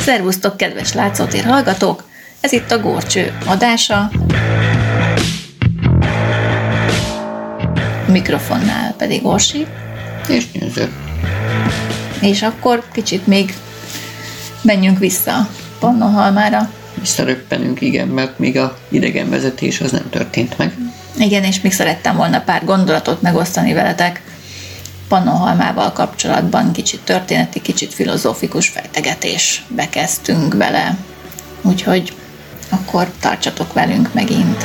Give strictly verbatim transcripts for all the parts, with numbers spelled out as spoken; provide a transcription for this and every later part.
Szervusztok, kedves látszótér hallgatók! Ez itt a Górcső adása. A mikrofonnál pedig Orsi. És Nyőző. És akkor kicsit még menjünk vissza Pannonhalmára. Visszaröppenünk, igen, mert még a idegenvezetés az nem történt meg. Igen, és még szerettem volna pár gondolatot megosztani veletek Pannonhalmával kapcsolatban. Kicsit történeti, kicsit filozófikus fejtegetésbe kezdtünk bele. Úgyhogy akkor tartsatok velünk megint.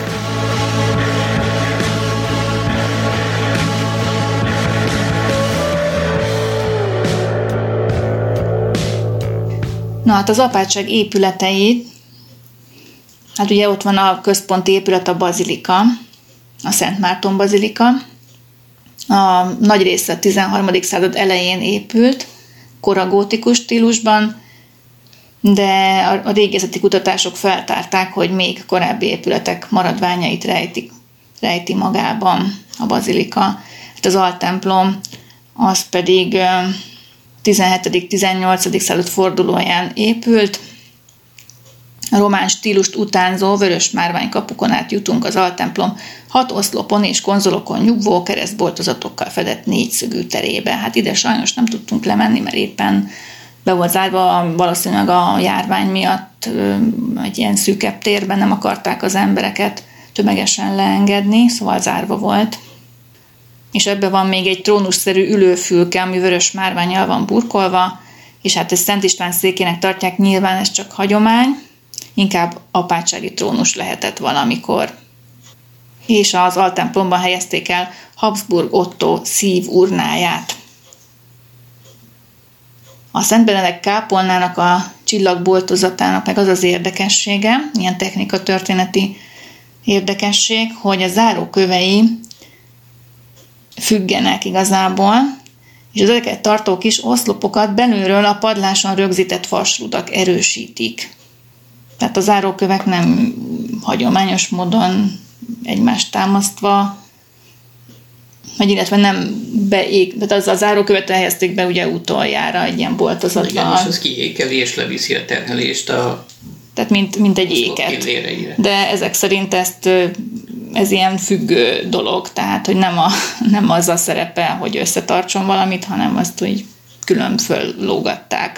Na hát az apátság épületeit, hát ugye ott van a központi épület, a bazilika, a Szent Márton bazilika. A nagy része a tizenharmadik század elején épült, koragótikus stílusban, de a régészeti kutatások feltárták, hogy még korábbi épületek maradványait rejti, rejti magában a bazilika. Hát az altemplom, az pedig tizenhetedik-tizennyolcadik század fordulóján épült. A román stílust utánzó vörös márványkapukon át jutunk az altemplom hat oszlopon és konzolokon nyugvó keresztboltozatokkal fedett négyszögű terébe. Hát ide sajnos nem tudtunk lemenni, mert éppen be volt zárva, valószínűleg a járvány miatt egy ilyen szűkebb térben nem akarták az embereket tömegesen leengedni, szóval zárva volt. És ebben van még egy trónusszerű ülőfülke, ami vörös márvánnyal van burkolva, és hát ezt Szent István székének tartják, nyilván ez csak hagyomány, inkább apátsági trónus lehetett valamikor. És az altemplomban helyezték el Habsburg Ottó szívurnáját. A Szent Benedek kápolnának, a csillagboltozatának meg az az érdekessége, ilyen technikatörténeti érdekesség, hogy a zárókövei függenek igazából, és az ezeket tartó kis oszlopokat belülről a padláson rögzített vasrudak erősítik. Tehát a zárókövek nem hagyományos módon egymást támasztva, vagy illetve nem beég, tehát az a zárókövet helyezték be ugye utoljára egy ilyen boltozatban. Igen, és az kiékeli és leviszi a terhelést a tehát mint, mint egy éket. De ezek szerint ezt, ez ilyen függő dolog, tehát hogy nem, a, nem az a szerepe, hogy összetartson valamit, hanem azt úgy külön föllógatták.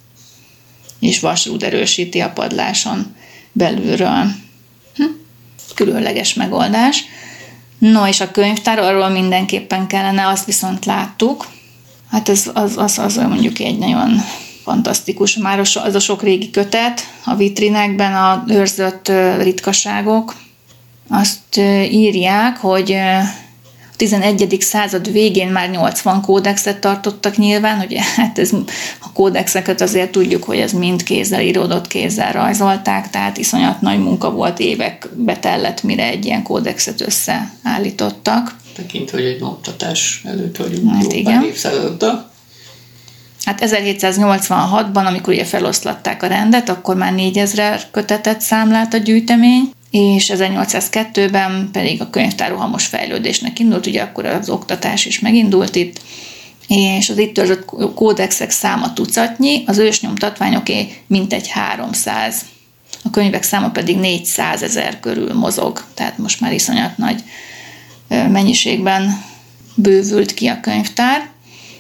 És vasrúd erősíti a padláson belülről. Hm? Különleges megoldás. No, és a könyvtár, arról mindenképpen kellene, azt viszont láttuk. Hát ez az, az, az mondjuk egy nagyon fantasztikus. Már az a sok régi kötet, a vitrinekben a őrzött ritkaságok. Azt írják, hogy a tizenegyedik század végén már nyolcvan kódexet tartottak nyilván, hogy hát ez, a kódexeket azért tudjuk, hogy ez mind kézzel íródott, kézzel rajzolták, tehát iszonyat nagy munka volt, évekbe tellett, mire egy ilyen kódexet összeállítottak. Tekintve, hogy egy oktatás előtt vagyunk hát jó pár évszázaddal. Hát ezerhétszáznyolcvanhatban, amikor ugye feloszlatták a rendet, akkor már négyezer kötetet számlált a gyűjtemény, és ezernyolcszázkettőben pedig a könyvtár rohamos fejlődésnek indult, ugye akkor az oktatás is megindult itt, és az itt őrzött kódexek száma tucatnyi, az ősnyomtatványoké mintegy háromszáz, a könyvek száma pedig négyszázezer körül mozog, tehát most már iszonyat nagy mennyiségben bővült ki a könyvtár.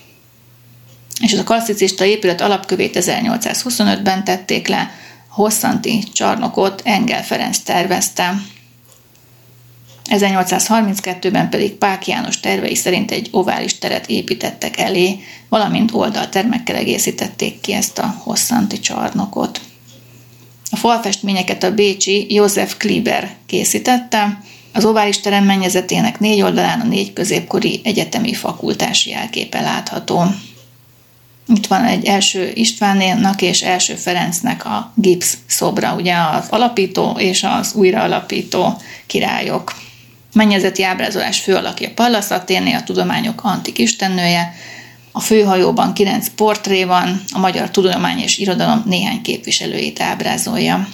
És az a klasszicista épület alapkövét ezernyolcszázhuszonötben tették le, a hosszanti csarnokot Engel Ferenc tervezte. ezernyolcszázharminckettőben pedig Pák János tervei szerint egy ovális teret építettek elé, valamint oldaltermekkel egészítették ki ezt a hosszanti csarnokot. A falfestményeket a bécsi József Kleber készítette, az ovális terem mennyezetének négy oldalán a négy középkori egyetemi fakultási jelképe látható. Itt van egy első Istvánnak és első Ferencnek a gipsz szobra, ugye az alapító és az újraalapító királyok. Mennyezeti ábrázolás főalakja Pallas Athéné, a tudományok antik istennője, a főhajóban kilenc portré van, a magyar tudomány és irodalom néhány képviselőjét ábrázolja.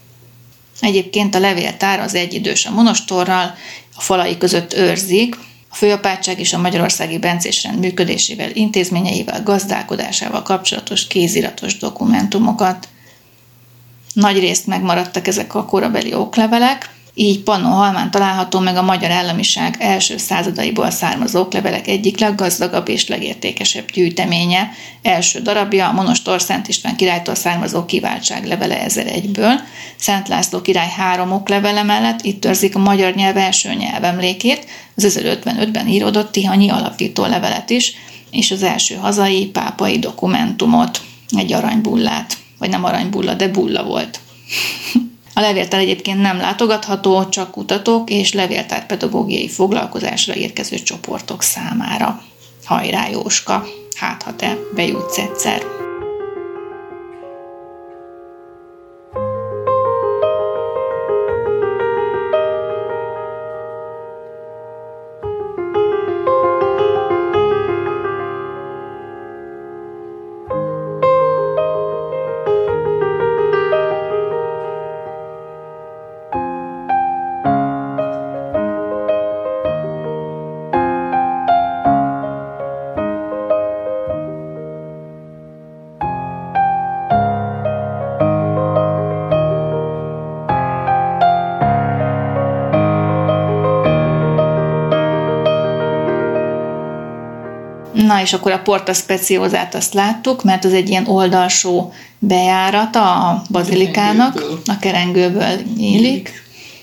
Egyébként a levéltár az egyidős a monostorral, a falai között őrzik, a A főapátság és a magyarországi bencésrend működésével, intézményeivel, gazdálkodásával kapcsolatos kéziratos dokumentumokat. Nagy részt megmaradtak ezek a korabeli oklevelek, így Pannonhalmán található meg a magyar államiság első századaiból származó oklevelek egyik leggazdagabb és legértékesebb gyűjteménye. Első darabja a monostor Szent István királytól származó kiváltság levele ezeregyből. Szent László király három oklevele mellett itt őrzik a magyar nyelv első nyelvemlékét, az ezerötvenötben íródott tihanyi alapító levelet is, és az első hazai pápai dokumentumot, egy aranybullát, vagy nem aranybulla, de bulla volt. A levéltár egyébként nem látogatható, csak kutatók és levéltárpedagógiai foglalkozásra érkező csoportok számára. Hajrá, Jóska! Hát, ha te bejutsz egyszer! Na és akkor a Porta Speciosát azt láttuk, mert az egy ilyen oldalsó bejárata a bazilikának, a kerengőből nyílik,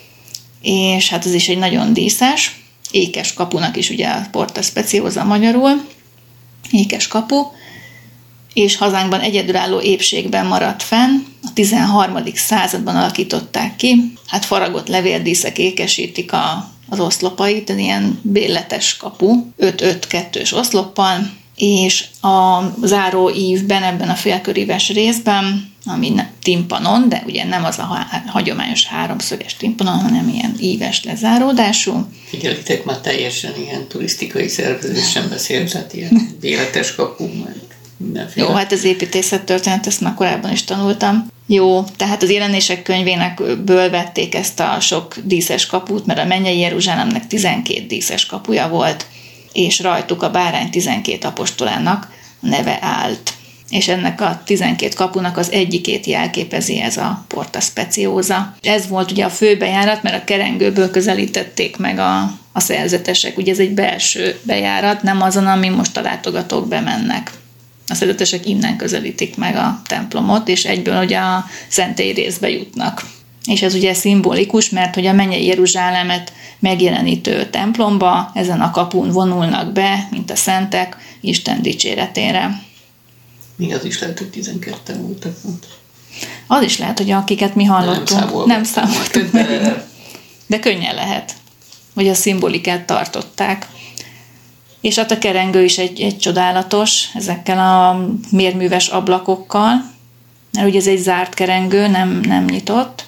és hát ez is egy nagyon díszes, ékes kapunak is ugye a Porta Speciosa magyarul, ékes kapu, és hazánkban egyedülálló épségben maradt fenn, a tizenharmadik században alakították ki, hát faragott levéldíszek ékesítik a az oszlopait, ez ilyen bélletes kapu, öt-öt kettős oszloppal, és a záró ívben, ebben a félköríves részben, ami nem timpanon, de ugye nem az a hagyományos háromszöges timpanon, hanem ilyen íves lezáródású. Figyelitek, már teljesen ilyen turisztikai szervezés sem beszélt, tehát ilyen béletes kapu, meg mindenféle. Jó, hát az építészettörténet, ezt már korábban is tanultam. Jó, tehát az Jelenések könyvénekből vették ezt a sok díszes kaput, mert a mennyei Jeruzsálemnek tizenkét díszes kapuja volt, és rajtuk a bárány tizenkét apostolának neve állt. És ennek a tizenkét kapunak az egyikét jelképezi ez a Porta Speciosa. Ez volt ugye a főbejárat, mert a kerengőből közelítették meg a, a szerzetesek. Ugye ez egy belső bejárat, nem azon, ami most a látogatók bemennek. A szerzetesek innen közelítik meg a templomot, és egyből ugye a szentély részbe jutnak. És ez ugye szimbolikus, mert hogy a mennyei Jeruzsálemet megjelenítő templomba ezen a kapun vonulnak be, mint a szentek, Isten dicséretére. Még az is lehet, hogy tizenketten voltak. Az is lehet, hogy akiket mi hallottunk, nem számoltunk meg. De... de könnyen lehet, hogy a szimbolikát tartották. És hát a kerengő is egy, egy csodálatos, ezekkel a mérműves ablakokkal, mert ugye ez egy zárt kerengő, nem, nem nyitott,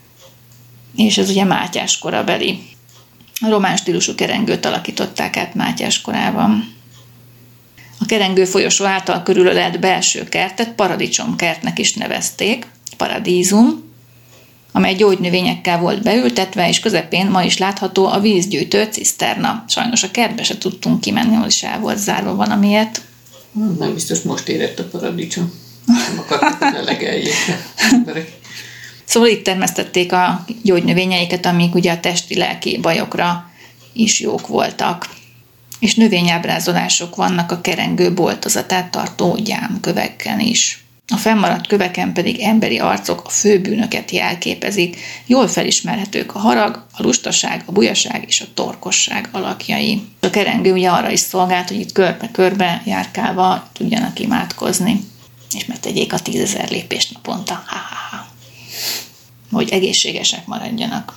és ez ugye Mátyás korabeli. A román stílusú kerengőt alakították át Mátyás korában. A kerengő folyosó által körülölelt belső kertet paradicsomkertnek is nevezték, paradízum, amely gyógynövényekkel volt beültetve, és közepén ma is látható a vízgyűjtő ciszterna. Sajnos a kertbe se tudtunk kimenni, hogy is el volt zárva valamiért. Nem biztos most érett a paradicsom. Nem akartak, hogy elegeljék emberek. Szóval itt termesztették a gyógynövényeiket, amik ugye a testi-lelki bajokra is jók voltak. És növényábrázolások vannak a kerengő boltozatát tartó gyámköveken is. A fennmaradt köveken pedig emberi arcok a főbűnöket jelképezik, jól felismerhetők a harag, a lustaság, a bujaság és a torkosság alakjai. A kerengő ugye arra is szolgált, hogy itt körbe-körbe járkálva tudjanak imádkozni, és megtegyék a tízezer lépést naponta, ha-ha-ha, hogy egészségesek maradjanak.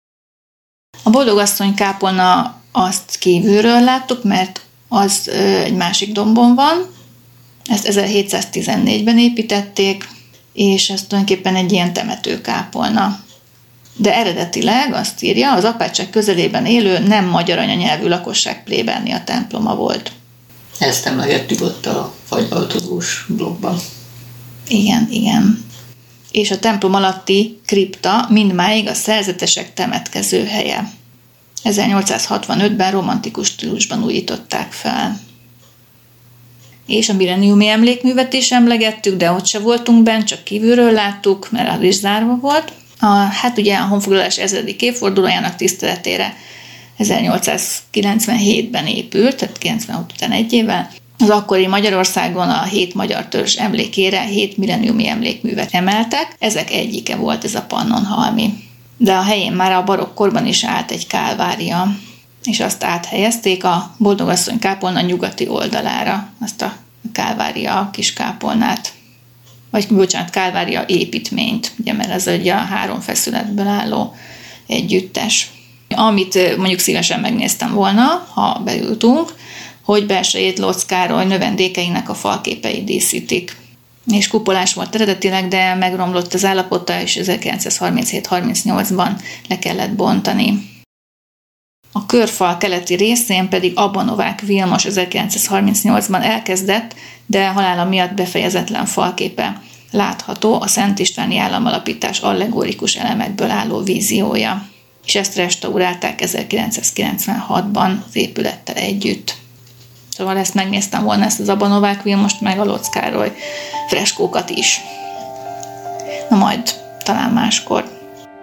A boldogasszony kápolna azt kívülről láttuk, mert az egy másik dombon van. Ezt ezerhétszáztizennégyben építették, és ez tulajdonképpen egy ilyen temetőkápolna. De eredetileg azt írja, az apátság közelében élő nem magyar anyanyelvű lakosság plébánia temploma volt. Ezt emlegettük ott a fagylaltozós blogban. Igen, igen. És a templom alatti kripta mindmáig a szerzetesek temetkező helye. ezernyolcszázhatvanötben romantikus stílusban újították fel. És a milleniumi emlékművet is emlegettük, de ott se voltunk bent, csak kívülről láttuk, mert az is zárva volt. A, hát ugye a honfoglalás ezredik évfordulójának tiszteletére ezernyolcszázkilencvenhétben épült, tehát kilencvenhat után egy évvel. Az akkori Magyarországon a hét magyar törzs emlékére hét milleniumi emlékművet emeltek, ezek egyike volt ez a Pannonhalmi. De a helyén már a barokk korban is állt egy kálvária, és azt áthelyezték a Boldogasszony kápolna nyugati oldalára, azt a kálvária kis kápolnát, vagy bocsánat, kálvária építményt, ugye, mert ez ugye a három feszületből álló együttes. Amit mondjuk szívesen megnéztem volna, ha bejutunk, hogy belsejét Lotz Károly növendékeinek a falképei díszítik. És kupolás volt eredetileg, de megromlott az állapota, és ezerkilencszázharminchét harmincnyolcban le kellett bontani. A körfal keleti részén pedig Abba Novák Vilmos ezerkilencszázharmincnyolcban elkezdett, de halála miatt befejezetlen falképe látható, a Szent Istváni államalapítás allegorikus elemekből álló víziója. És ezt restaurálták ezerkilencszázkilencvenhatban az épülettel együtt. Szóval ezt megnéztem volna, ezt az Abba Novák Vilmost, meg a Lotz Károly freskókat is. Na majd talán máskor.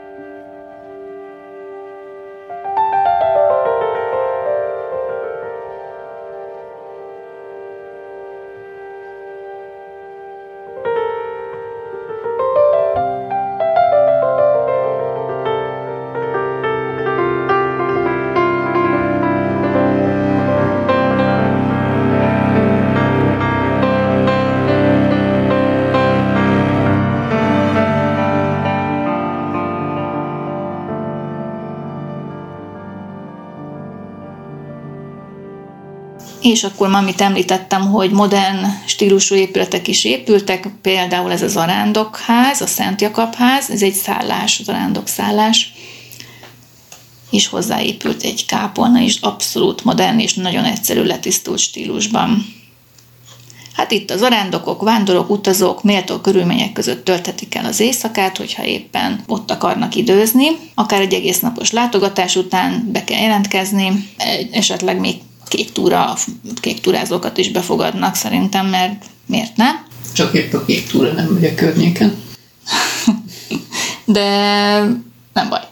És akkor ma, amit említettem, hogy modern stílusú épületek is épültek, például ez a Zarándokház, a Szent Jakab ház, ez egy szállás, Zarándok szállás, és hozzáépült egy kápolna is, abszolút modern és nagyon egyszerű letisztult stílusban. Hát itt a zarándokok, vándorok, utazók méltó körülmények között tölthetik el az éjszakát, hogyha éppen ott akarnak időzni. Akár egy egész napos látogatás után be kell jelentkezni, esetleg még kék túra, kék túrázókat is befogadnak szerintem, mert miért nem? Csak épp a kék túra nem megy a környéken. De nem baj.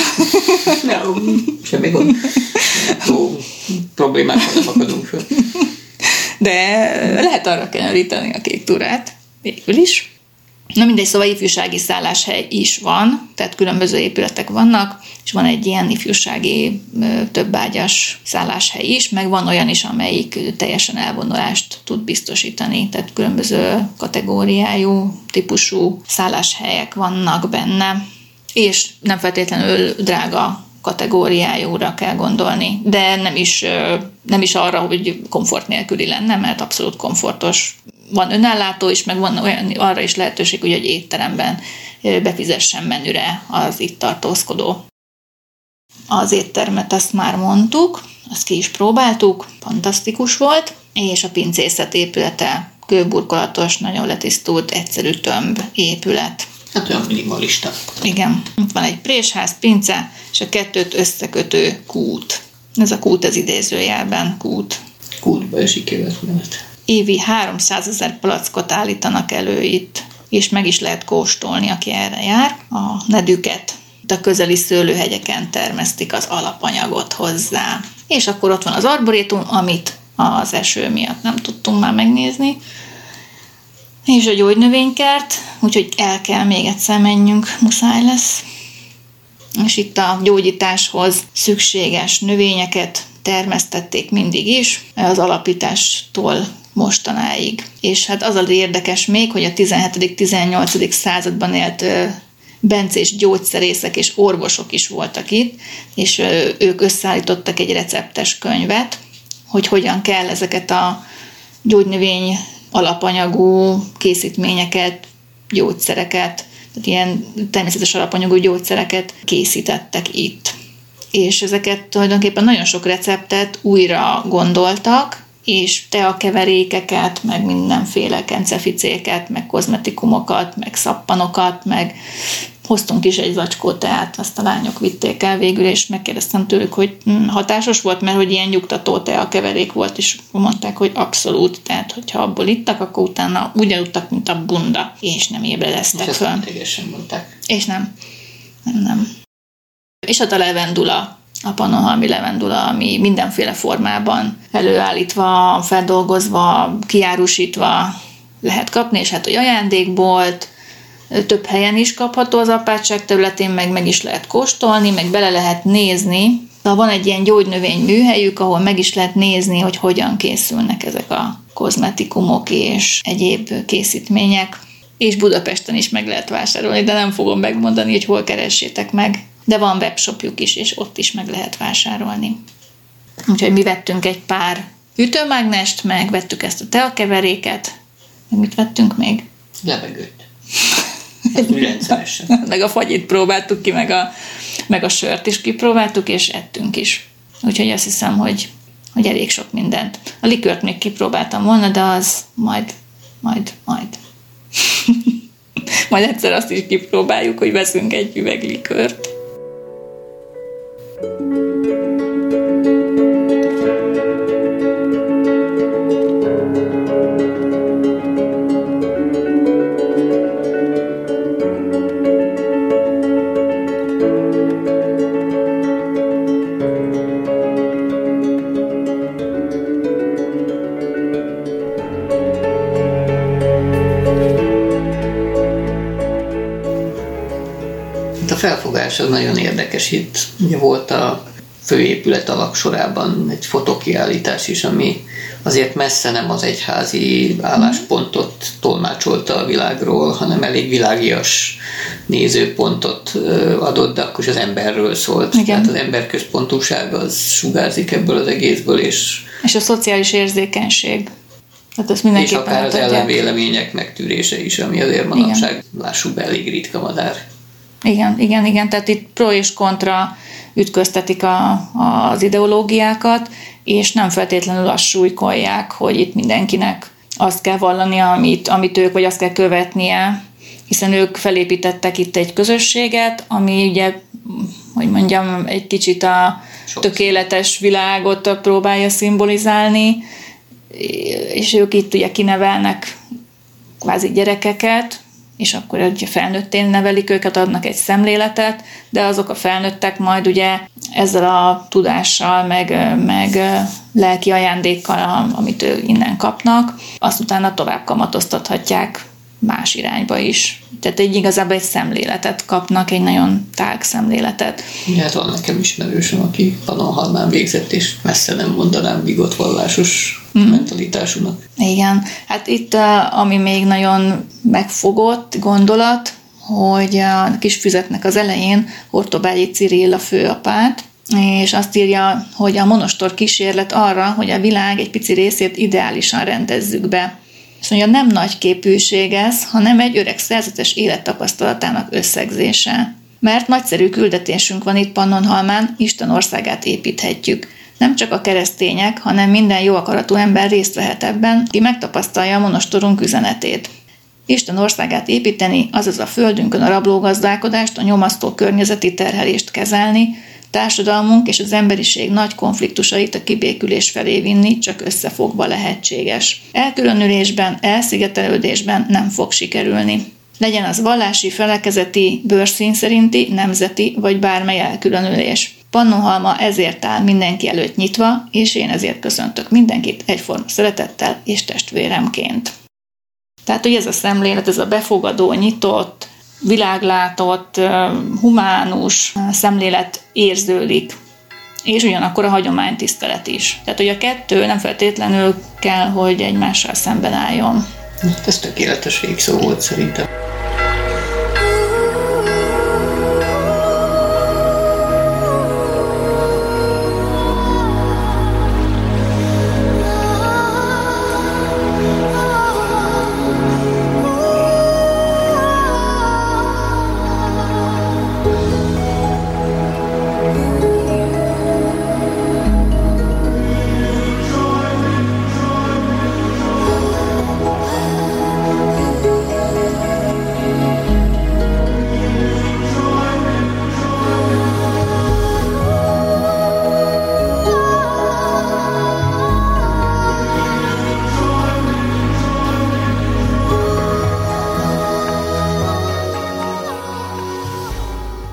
No, semmi gond. Ó, problémákkal nem akadunk föl. De lehet arra kényszeríteni a kék túrát, végül is. Na mindegy, szóval ifjúsági szálláshely is van, tehát különböző épületek vannak, és van egy ilyen ifjúsági többágyas szálláshely is, meg van olyan is, amelyik teljesen elvonulást tud biztosítani, tehát különböző kategóriájú, típusú szálláshelyek vannak benne, és nem feltétlenül drága kategóriájúra kell gondolni, de nem is, nem is arra, hogy komfort nélküli lenne, mert abszolút komfortos. Van önellátó is, meg van olyan, arra is lehetőség, hogy egy étteremben befizessen menüre az itt tartózkodó. Az éttermet azt már mondtuk, azt ki is próbáltuk, fantasztikus volt, és a pincészet épülete kőburkolatos, nagyon letisztult, egyszerű tömb épület. Hát olyan minimalista. Igen. Itt van egy présház, pince, és a kettőt összekötő kút. Ez a kút az idézőjelben kút. Kútba esik életmenet. Évi háromszázezer palackot állítanak elő itt, és meg is lehet kóstolni, aki erre jár. A nedüket a közeli szőlőhegyeken termesztik az alapanyagot hozzá. És akkor ott van az arborétum, amit az eső miatt nem tudtunk már megnézni. És a gyógynövénykert, úgyhogy el kell még egyszer menjünk, muszáj lesz. És itt a gyógyításhoz szükséges növényeket termesztették mindig is, az alapítástól mostanáig. És hát az az érdekes még, hogy a tizenhetedik-tizennyolcadik században élt bencés gyógyszerészek és orvosok is voltak itt, és ők összeállítottak egy receptes könyvet, hogy hogyan kell ezeket a gyógynövény alapanyagú készítményeket, gyógyszereket, tehát ilyen természetes alapanyagú gyógyszereket készítettek itt. És ezeket tulajdonképpen nagyon sok receptet újra gondoltak, és teakeverékeket, meg mindenféle kenceficéket, meg kozmetikumokat, meg szappanokat, meg hoztunk is egy zacskó teát, azt a lányok vitték el végül, és megkérdeztem tőlük, hogy hatásos volt, mert hogy ilyen nyugtató tea keverék volt, és mondták, hogy abszolút, tehát hogyha abból ittak, akkor utána úgy aludtak, mint a bunda, és nem ébredeztek és föl. És mondták. És nem. Nem, nem. És ott a levendula, a pannonhalmi levendula, ami mindenféle formában előállítva, feldolgozva, kiárusítva lehet kapni, és hát, hogy ajándékbolt, több helyen is kapható az apátság területén, meg meg is lehet kóstolni, meg bele lehet nézni. Van egy ilyen gyógynövény műhelyük, ahol meg is lehet nézni, hogy hogyan készülnek ezek a kozmetikumok és egyéb készítmények. És Budapesten is meg lehet vásárolni, de nem fogom megmondani, hogy hol keressétek meg. De van webshopjuk is, és ott is meg lehet vásárolni. Úgyhogy mi vettünk egy pár hűtőmágnest, meg vettük ezt a teakeveréket. Meg mit vettünk még? Levegőt. Rendszeresen. Meg a fagyit próbáltuk ki, meg a, meg a sört is kipróbáltuk, és ettünk is. Úgyhogy azt hiszem, hogy, hogy elég sok mindent. A likört még kipróbáltam volna, de az majd, majd, majd. Majd egyszer azt is kipróbáljuk, hogy veszünk egy üveg likört. A felfogás az nagyon érdekes. Itt ugye volt a főépület alaksorában egy fotókiállítás is, ami azért messze nem az egyházi álláspontot tolmácsolta a világról, hanem elég világias nézőpontot adott, de akkor is az emberről szólt. Igen. Tehát az emberközpontúság az sugárzik ebből az egészből, és... És a szociális érzékenység. Hát ezt mindenképpen és akár az ellenvélemények megtűrése is, ami azért manapság, lássuk be, elég ritka madár. Igen, igen, igen, tehát itt pro és kontra ütköztetik a, az ideológiákat, és nem feltétlenül azt súlykolják, hogy itt mindenkinek azt kell vallania, amit, amit ők, vagy azt kell követnie, hiszen ők felépítettek itt egy közösséget, ami ugye, hogy mondjam, egy kicsit a tökéletes világot próbálja szimbolizálni, és ők itt ugye kinevelnek kvázi gyerekeket, és akkor ugye felnőttén nevelik őket, adnak egy szemléletet, de azok a felnőttek majd ugye ezzel a tudással, meg, meg lelki ajándékkal, amit ő innen kapnak, azt utána tovább kamatoztathatják más irányba is. Tehát egy igazából egy szemléletet kapnak, egy nagyon tág szemléletet. Ja, hát van nekem ismerősöm, aki Pannonhalmán végzett, és messze nem mondanám bigott vallásos mm. mentalitásúnak. Igen, hát itt ami még nagyon megfogott gondolat, hogy a kis füzetnek az elején Ortobágyi Cirill a főapát, és azt írja, hogy a monostor kísérlet arra, hogy a világ egy pici részét ideálisan rendezzük be. És mondja, nem nagy képűség ez, hanem egy öreg szerzetes élettapasztalatának összegzése. Mert nagyszerű küldetésünk van itt Pannonhalmán, Isten országát építhetjük. Nem csak a keresztények, hanem minden jó akaratú ember részt vehet ebben, ki megtapasztalja a monostorunk üzenetét. Isten országát építeni, azaz a földünkön a rablógazdálkodást, a nyomasztó környezeti terhelést kezelni, társadalmunk és az emberiség nagy konfliktusait a kibékülés felé vinni csak összefogva lehetséges. Elkülönülésben, elszigetelődésben nem fog sikerülni. Legyen az vallási, felekezeti, bőrszín szerinti, nemzeti vagy bármely elkülönülés. Pannonhalma ezért áll mindenki előtt nyitva, és én ezért köszöntök mindenkit egyforma szeretettel és testvéremként. Tehát, hogy ez a szemlélet, ez a befogadó, nyitott, világlátott, humánus szemlélet érződik, és ugyanakkor a hagyománytisztelet is. Tehát, hogy a kettő nem feltétlenül kell, hogy egymással szemben álljon. Ez tökéletes végszó volt szerintem.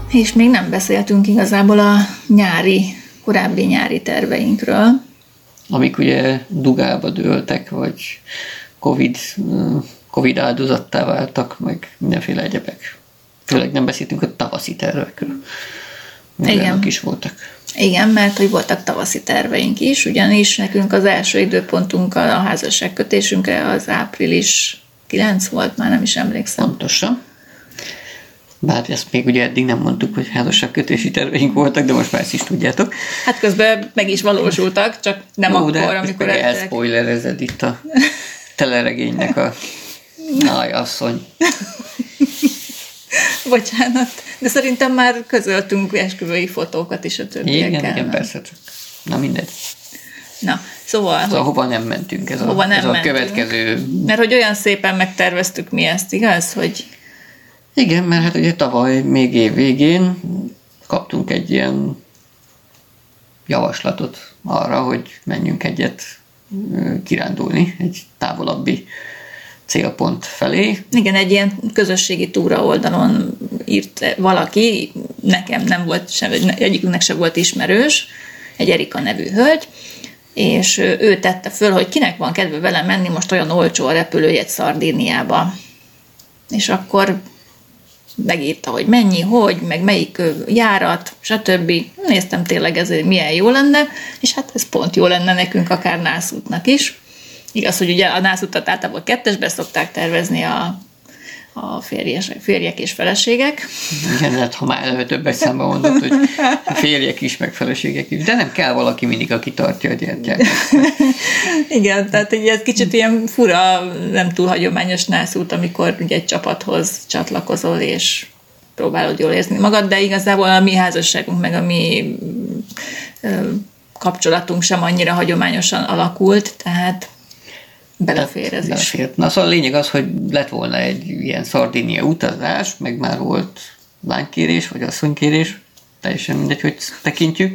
És még nem beszéltünk igazából a nyári, korábbi nyári terveinkről. Amik ugye dugába dőltek, vagy COVID, COVID áldozattá váltak, meg mindenféle egyebek. Főleg nem beszéltünk a tavaszi tervekről. Igen. is voltak. Igen, mert hogy voltak tavaszi terveink is, ugyanis nekünk az első időpontunk a házasságkötésünkre az április kilenc volt, már nem is emlékszem. Pontosan. Bár ezt még ugye eddig nem mondtuk, hogy házasságkötési terveink voltak, de most már ezt is tudjátok. Hát közben meg is valósultak, csak nem Ó, akkor, de amikor ettek. Elspoilerezed itt a teleregénynek a Náj asszony. Bocsánat, de szerintem már közöltünk esküvői fotókat is a többiekkel. Igen, igen, persze, csak na mindegy. Na, szóval... Szóval hova nem mentünk, ez, a, nem ez a mentünk. következő... Mert hogy olyan szépen megterveztük mi ezt, igaz, hogy... Igen, mert hát ugye tavaly még év végén kaptunk egy ilyen javaslatot arra, hogy menjünk egyet kirándulni, egy távolabbi célpont felé. Igen, egy ilyen közösségi túra oldalon írt valaki, nekem nem volt, sem, egyikünknek sem volt ismerős, egy Erika nevű hölgy, és ő tette föl, hogy kinek van kedve velem menni, most olyan olcsó a repülőjegy Szardíniába. És akkor megírta, hogy mennyi, hogy, meg melyik járat, stb. Néztem tényleg ez milyen jó lenne, és hát ez pont jó lenne nekünk, akár nászútnak is. Igaz, hogy ugye a nászutat általában kettesbe szokták tervezni a, a férjes, férjek és feleségek. Igen, hát ha már előbb többes számban mondod, hogy férjek is, meg feleségek is, de nem kell valaki mindig, aki tartja a gyertyát. Igen, tehát ugye ez kicsit ilyen fura, nem túl hagyományos nászút, amikor ugye egy csapathoz csatlakozol, és próbálod jól érezni magad, de igazából a mi házasságunk, meg a mi ö, kapcsolatunk sem annyira hagyományosan alakult, tehát belefér ez is. Na szóval a lényeg az, hogy lett volna egy ilyen Szardinia utazás, meg már volt lánykérés, vagy asszonykérés, teljesen mindegy, hogy tekintjük.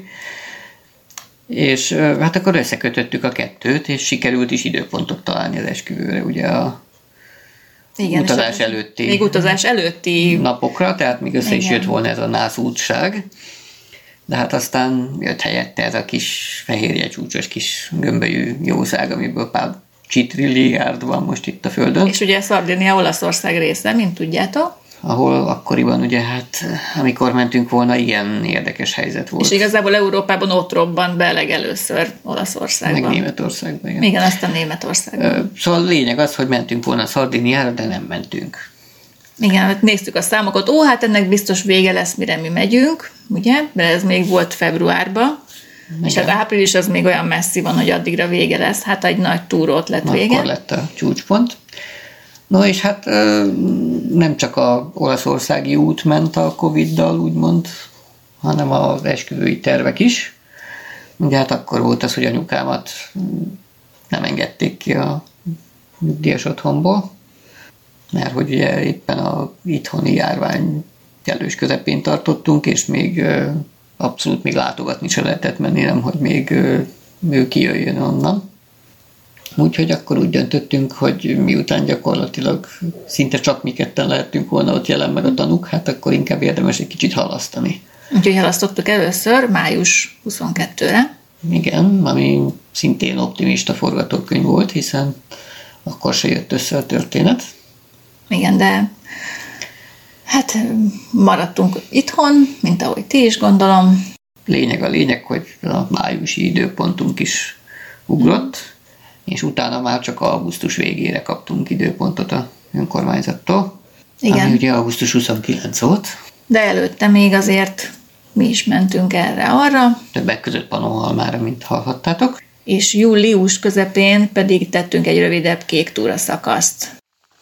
És hát akkor összekötöttük a kettőt, és sikerült is időpontot találni az esküvőre, ugye a igen, utazás előtti még utazás előtti napokra, tehát még össze igen. is jött volna ez a nászútság. De hát aztán jött helyette ez a kis fehérje csúcsos kis gömbölyű jószág, amiből pár csitrilliárd van most itt a Földön. És ugye Szardinia Olaszország része, mint tudjátok. Ahol akkoriban ugye hát, amikor mentünk volna, ilyen érdekes helyzet volt. És igazából Európában ott robbant be legelőször Olaszországban. Meg Németországban, igen. Igen, aztán Németországban. Szóval a lényeg az, hogy mentünk volna Szardiniára, de nem mentünk. Igen, hát néztük a számokat. Ó, hát ennek biztos vége lesz, mire mi megyünk, ugye? De ez még volt februárban. Igen. És hát április az még olyan messzi van, hogy addigra vége lesz. Hát egy nagy túrót lett vége. Akkor lett a csúcspont. No és hát nem csak a olaszországi út ment a Covid-dal, úgymond, hanem az esküvői tervek is. Ugye hát akkor volt az, hogy anyukámat nem engedték ki a nyugdíjas otthonból, mert hogy ugye éppen a itthoni járvány kellős közepén tartottunk, és még abszolút még látogatni se lehetett menni, nem, hogy még ő kijöjjön onnan. Úgyhogy akkor úgy döntöttünk, hogy miután gyakorlatilag szinte csak mi ketten lehettünk volna ott jelen meg a tanúk, hát akkor inkább érdemes egy kicsit halasztani. Úgyhogy halasztottuk először május huszonkettőre. Igen, ami szintén optimista forgatókönyv volt, hiszen akkor se jött össze a történet. Igen, de hát maradtunk itthon, mint ahogy ti is gondolom. Lényeg a lényeg, hogy a májusi időpontunk is ugrott, és utána már csak augusztus végére kaptunk időpontot a önkormányzattól. Igen. Ami ugye augusztus huszonkilenc volt. De előtte még azért mi is mentünk erre-arra. Többek között Pannonhalmára, mint hallhattátok. És július közepén pedig tettünk egy rövidebb kék túra szakaszt.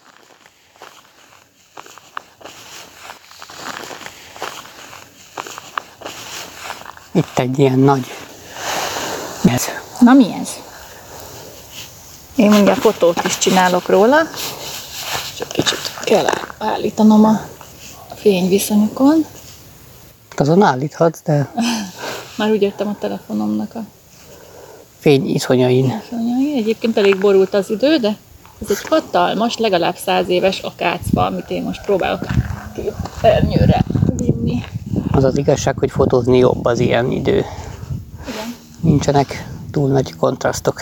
Itt egy ilyen nagy ez. Na mi ez? Én mindjárt fotót is csinálok róla. Csak kicsit kell állítanom a fényviszonyokon. Azon állíthatsz, de... Már úgy értem a telefonomnak a fényiszonyain. Iszonyai. Egyébként elég borult az idő, de ez egy hatalmas, legalább száz éves akácfa, amit én most próbálok két ernyőre vinni. Az az igazság, hogy fotózni jobb az ilyen idő. Igen. Nincsenek túl nagy kontrasztok.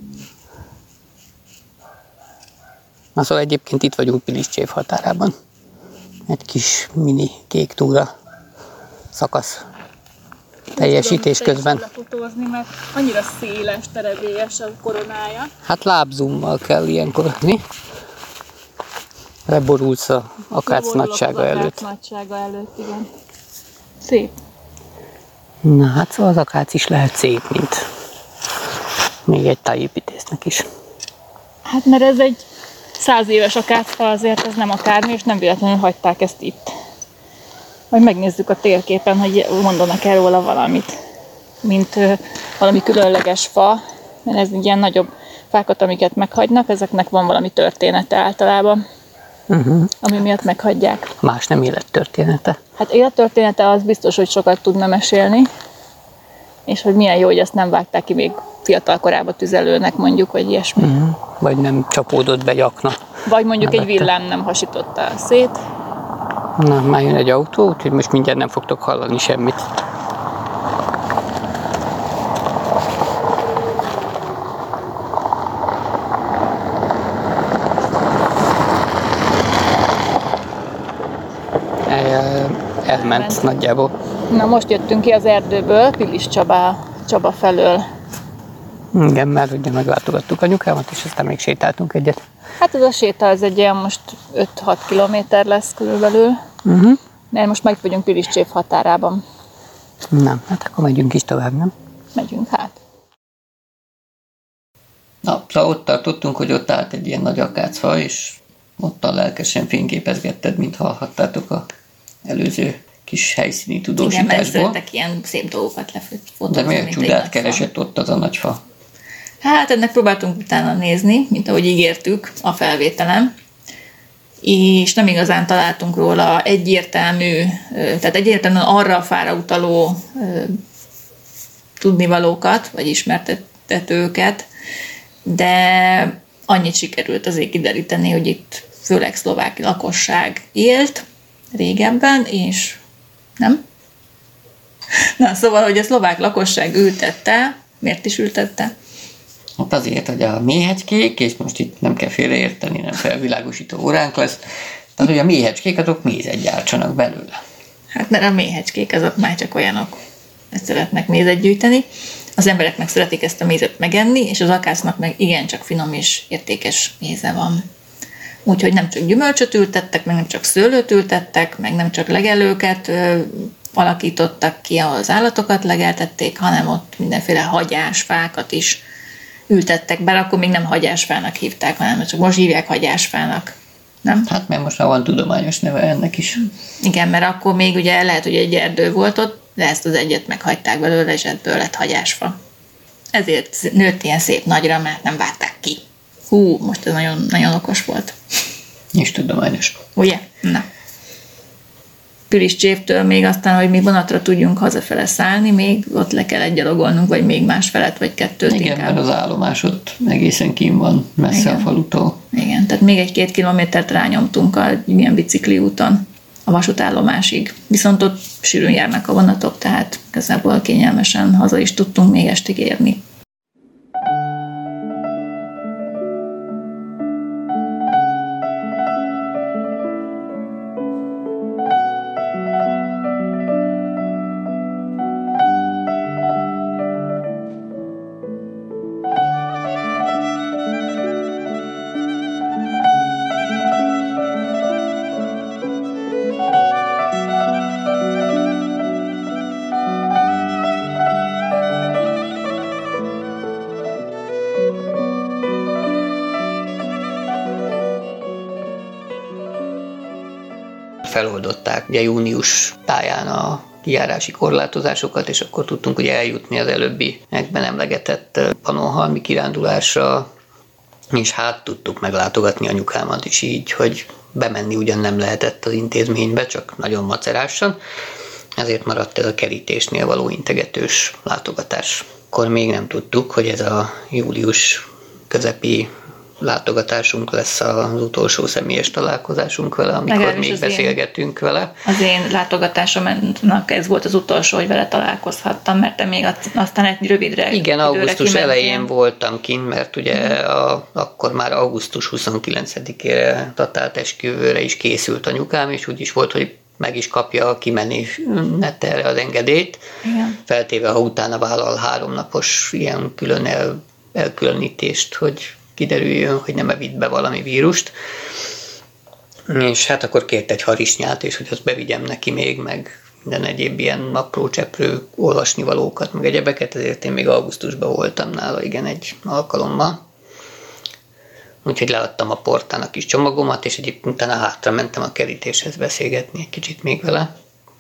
Na szóval egyébként itt vagyunk Piliscsév határában. Egy kis mini kék túra szakasz teljesítés közben. Lefotózni, mert annyira széles, terebélyes a koronája. Hát lábzummal kell ilyenkor, mi? Leborulsz a akác nagysága előtt. nagysága előtt, igen. Szép. Na hát szóval az akác is lehet szép, mint még egy tájépítésznek is. Hát mert ez egy száz éves akácfa, azért ez nem akármi, és nem véletlenül hagyták ezt itt. Majd megnézzük a térképen, hogy mondanak el róla valamit, mint ö, valami különleges fa, mert ez ilyen nagyobb fákat, amiket meghagynak, ezeknek van valami története általában, uh-huh. ami miatt meghagyják. Más nem élettörténete? Hát élettörténete az biztos, hogy sokat tudna mesélni, és hogy milyen jó, hogy ezt nem vágták ki még fiatal korában tüzelőnek, mondjuk, vagy ilyesmi. Uh-huh. Vagy nem csapódott be gyakna. Vagy mondjuk egy villám nem hasította szét. Na, már jön egy autó, úgyhogy most mindjárt nem fogtok hallani semmit. El, elment Ment. nagyjából. Na most jöttünk ki az erdőből, Pilis Csaba, Csaba felől. Igen, mert ugye meglátogattuk anyukámat, és aztán még sétáltunk egyet. Hát ez a séta, ez egy ilyen most öt-hat kilométer lesz körülbelül. Uh-huh. Mert most meg vagyunk Piliscsév határában. Nem, hát akkor megyünk is tovább, nem? Megyünk hát. Na, szóval ott tartottunk, hogy ott állt egy ilyen nagy akácfa, és ottan lelkesen fényképezgetted, mint hallhattátok a előző kis helyszíni tudósításból. Igen, mert szeretek ilyen szép dolgokat lefotózni. De miért csodát keresett ott az a nagy fa? Hát ennek próbáltunk utána nézni, mint ahogy ígértük a felvételem, és nem igazán találtunk róla egyértelmű, tehát egyértelműen arra a fára utaló tudnivalókat, vagy ismertetőket, de annyit sikerült azért kideríteni, hogy itt főleg szlovák lakosság élt régebben, és nem? Na, szóval, hogy a szlovák lakosság ültette, miért is ültette? Hát azért, hogy a méhecskék, és most itt nem kell félreérteni, nem felvilágosító óránk lesz, tehát, hogy a méhecskék azok mézet gyártsanak belőle. Hát mert a méhecskék azok már csak olyanok, hogy szeretnek mézet gyűjteni. Az emberek meg szeretik ezt a mézet megenni, és az akácnak meg igencsak finom és értékes méze van. Úgyhogy nem csak gyümölcsöt ültettek, meg nem csak szőlőt ültettek, meg nem csak legelőket ö, alakítottak ki, ahol az állatokat legeltették, hanem ott mindenféle hagyásfákat is ültettek, bár akkor még nem hagyásfának hívták, hanem csak most hívják hagyásfának. Nem? Hát mert most már van tudományos neve ennek is. Igen, mert akkor még ugye lehet, hogy egy erdő volt ott, de ezt az egyet meghagyták belőle, és ebből lett hagyásfa. Ezért nőtt ilyen szép nagyra, mert nem vágták ki. Hú, most ez nagyon, nagyon okos volt. És tudományos. Ugye? Na. Piliscsévtől még aztán, hogy mi vonatra tudjunk hazafele szállni, még ott le kell gyalogolnunk, vagy még más felet, vagy kettőt. Igen, inkább. mert az állomás ott egészen kín van, messze Igen. a falutól. Igen, tehát még egy-két kilométert rányomtunk a ilyen bicikli úton a vasútállomásig. Viszont ott sűrűn járnak a vonatok, tehát igazából kényelmesen haza is tudtunk még estig érni. Feloldották ugye június táján a kijárási korlátozásokat, és akkor tudtunk ugye eljutni az előbbi megben emlegetett Pannonhalmi kirándulásra, és hát tudtuk meglátogatni anyukámat is így, hogy bemenni ugyan nem lehetett az intézménybe, csak nagyon macerásan, ezért maradt ez a kerítésnél való integetős látogatás. Akkor még nem tudtuk, hogy ez a július közepi látogatásunk lesz az utolsó személyes találkozásunk vele, amikor Legalábbis még beszélgetünk én, vele. Az én látogatásomnak ez volt az utolsó, hogy vele találkozhattam, mert te még aztán egy rövidre Igen, augusztus elején voltam kint, mert ugye a, akkor már augusztus huszonkilencedikére datált esküvőre is készült anyukám, és úgy is volt, hogy meg is kapja a kimenés erre az engedélyt, Igen. feltéve, ha utána vállal háromnapos ilyen külön el, elkülönítést, hogy kiderüljön, hogy nem evít be valami vírust. És hát akkor kért egy harisnyát, és hogy azt bevigyem neki még, meg minden egyéb ilyen apró cseprő olvasnivalókat, meg egyebeket, ezért én még augusztusban voltam nála, igen, egy alkalommal. Úgyhogy leadtam a portán a kis csomagomat, és egyébként utána hátra mentem a kerítéshez beszélgetni egy kicsit még vele.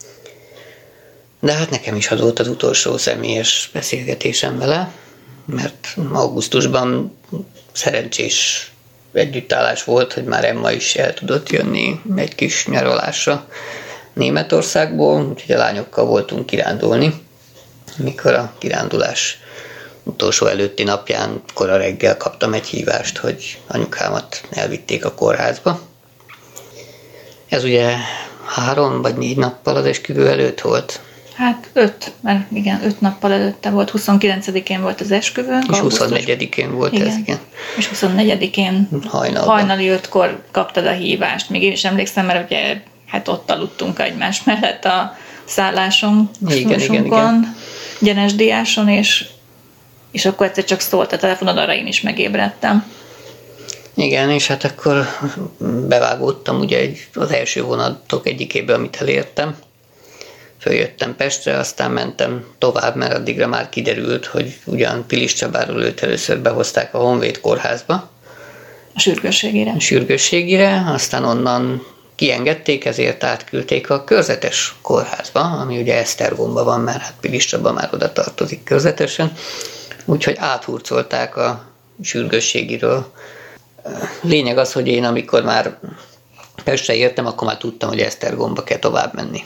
De hát nekem is az volt az utolsó személyes beszélgetésem vele, mert augusztusban szerencsés együttállás volt, hogy már Emma is el tudott jönni egy kis nyaralásra Németországból, úgyhogy a lányokkal voltunk kirándulni. Mikor a kirándulás utolsó előtti napján kora reggel kaptam egy hívást, hogy anyukámat elvitték a kórházba. Ez ugye három vagy négy nappal az esküvő előtt volt. Hát öt, mert igen, öt nappal előtte volt, huszonkilencedikén volt az esküvőnk. És huszonnegyedikén volt igen. ez, igen. És huszonnegyedikén Hajnalban. hajnali ötkor kaptad a hívást. Még én is emlékszem, mert ugye hát ott aludtunk egymás mellett a szálláson, igen, igen, igen. Gyenesdiáson, és, és akkor egyszer csak szólt a telefonod, arra én is megébredtem. Igen, és hát akkor bevágódtam ugye egy, az első vonatok egyikébe, amit elértem. Följöttem Pestre, aztán mentem tovább, mert addigra már kiderült, hogy ugyan Pilis Csabáról őt először behozták a Honvéd kórházba. A sürgősségire. A sürgősségire, aztán onnan kiengedték, ezért átküldték a körzetes kórházba, ami ugye Esztergomban van, mert hát Pilis Csaba már oda tartozik körzetesen. Úgyhogy áthurcolták a sürgősségiről. Lényeg az, hogy én amikor már Pestre értem, akkor már tudtam, hogy Esztergomba kell tovább menni.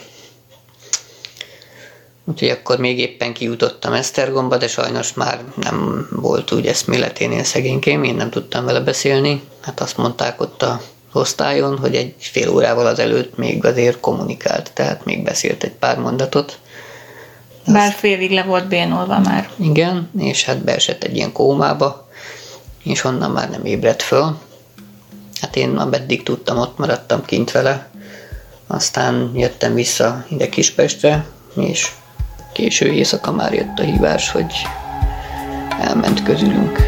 Úgyhogy akkor még éppen kijutottam Esztergomba, de sajnos már nem volt úgy eszméleténél szegénykém, én nem tudtam vele beszélni. Hát azt mondták ott az osztályon, hogy egy fél órával azelőtt még azért kommunikált, tehát még beszélt egy pár mondatot. Bár azt... félig le volt bénulva már. Igen, és hát beesett egy ilyen kómába, és onnan már nem ébredt föl. Hát én ameddig tudtam, ott maradtam kint vele. Aztán jöttem vissza ide Kispestre, és késő éjszaka már jött a hívás, hogy elment közülünk.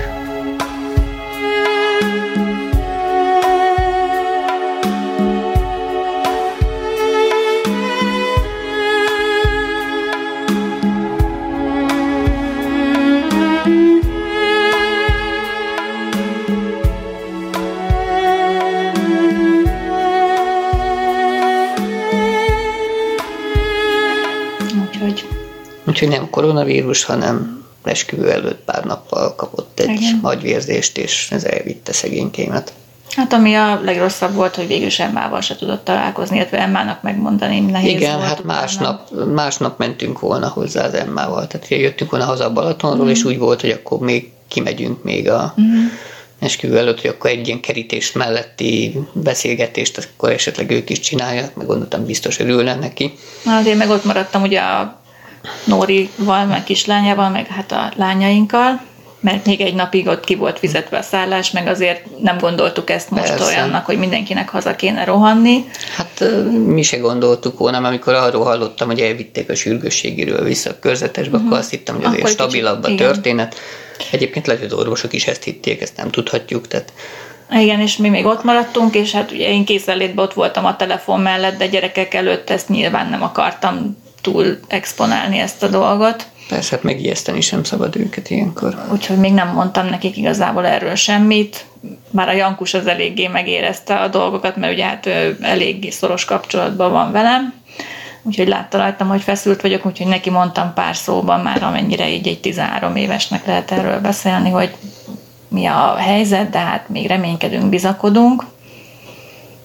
Úgyhogy nem koronavírus, hanem esküvő előtt pár nappal kapott egy Igen. agyvérzést, és ez elvitte szegénykémet. Hát ami a legrosszabb volt, hogy végül sem Emmával se tudott találkozni, illetve Emmának megmondani, nehéz Igen, volt. hát másnap, másnap mentünk volna hozzá az Emmával. Tehát jöttünk volna haza a Balatonról, mm. és úgy volt, hogy akkor még kimegyünk még a mm. esküvő előtt, hogy akkor egy ilyen kerítés melletti beszélgetést, akkor esetleg ők is csinálják, meg gondoltam, biztos örülne neki. Hát én meg ott maradtam ugye a Nórival, meg kislányával, meg hát a lányainkkal, mert még egy napig ott ki volt fizetve a szállás, meg azért nem gondoltuk ezt most Persze. olyannak, hogy mindenkinek haza kéne rohanni. Hát mi se gondoltuk volna, mert amikor arról hallottam, hogy elvitték a sürgősségiről vissza a körzetesbe, uh-huh. akkor azt hittem, hogy azért akkor stabilabb kicsit, a történet. Igen. Egyébként lehet, hogy az orvosok is ezt hitték, ezt nem tudhatjuk. Tehát... Igen, és mi még ott maradtunk, és hát ugye én készenlétben ott voltam a telefon mellett, de gyerekek előtt ezt nyilván nem akartam túl exponálni ezt a dolgot. Persze, hát megijeszteni sem szabad őket ilyenkor. Úgyhogy még nem mondtam nekik igazából erről semmit. Bár a Jankus az eléggé megérezte a dolgokat, mert ugye hát ő eléggé szoros kapcsolatban van velem. Úgyhogy látta rajtam, hogy feszült vagyok, úgyhogy neki mondtam pár szóban már, amennyire így egy tizenhárom évesnek lehet erről beszélni, hogy mi a helyzet, de hát még reménykedünk, bizakodunk.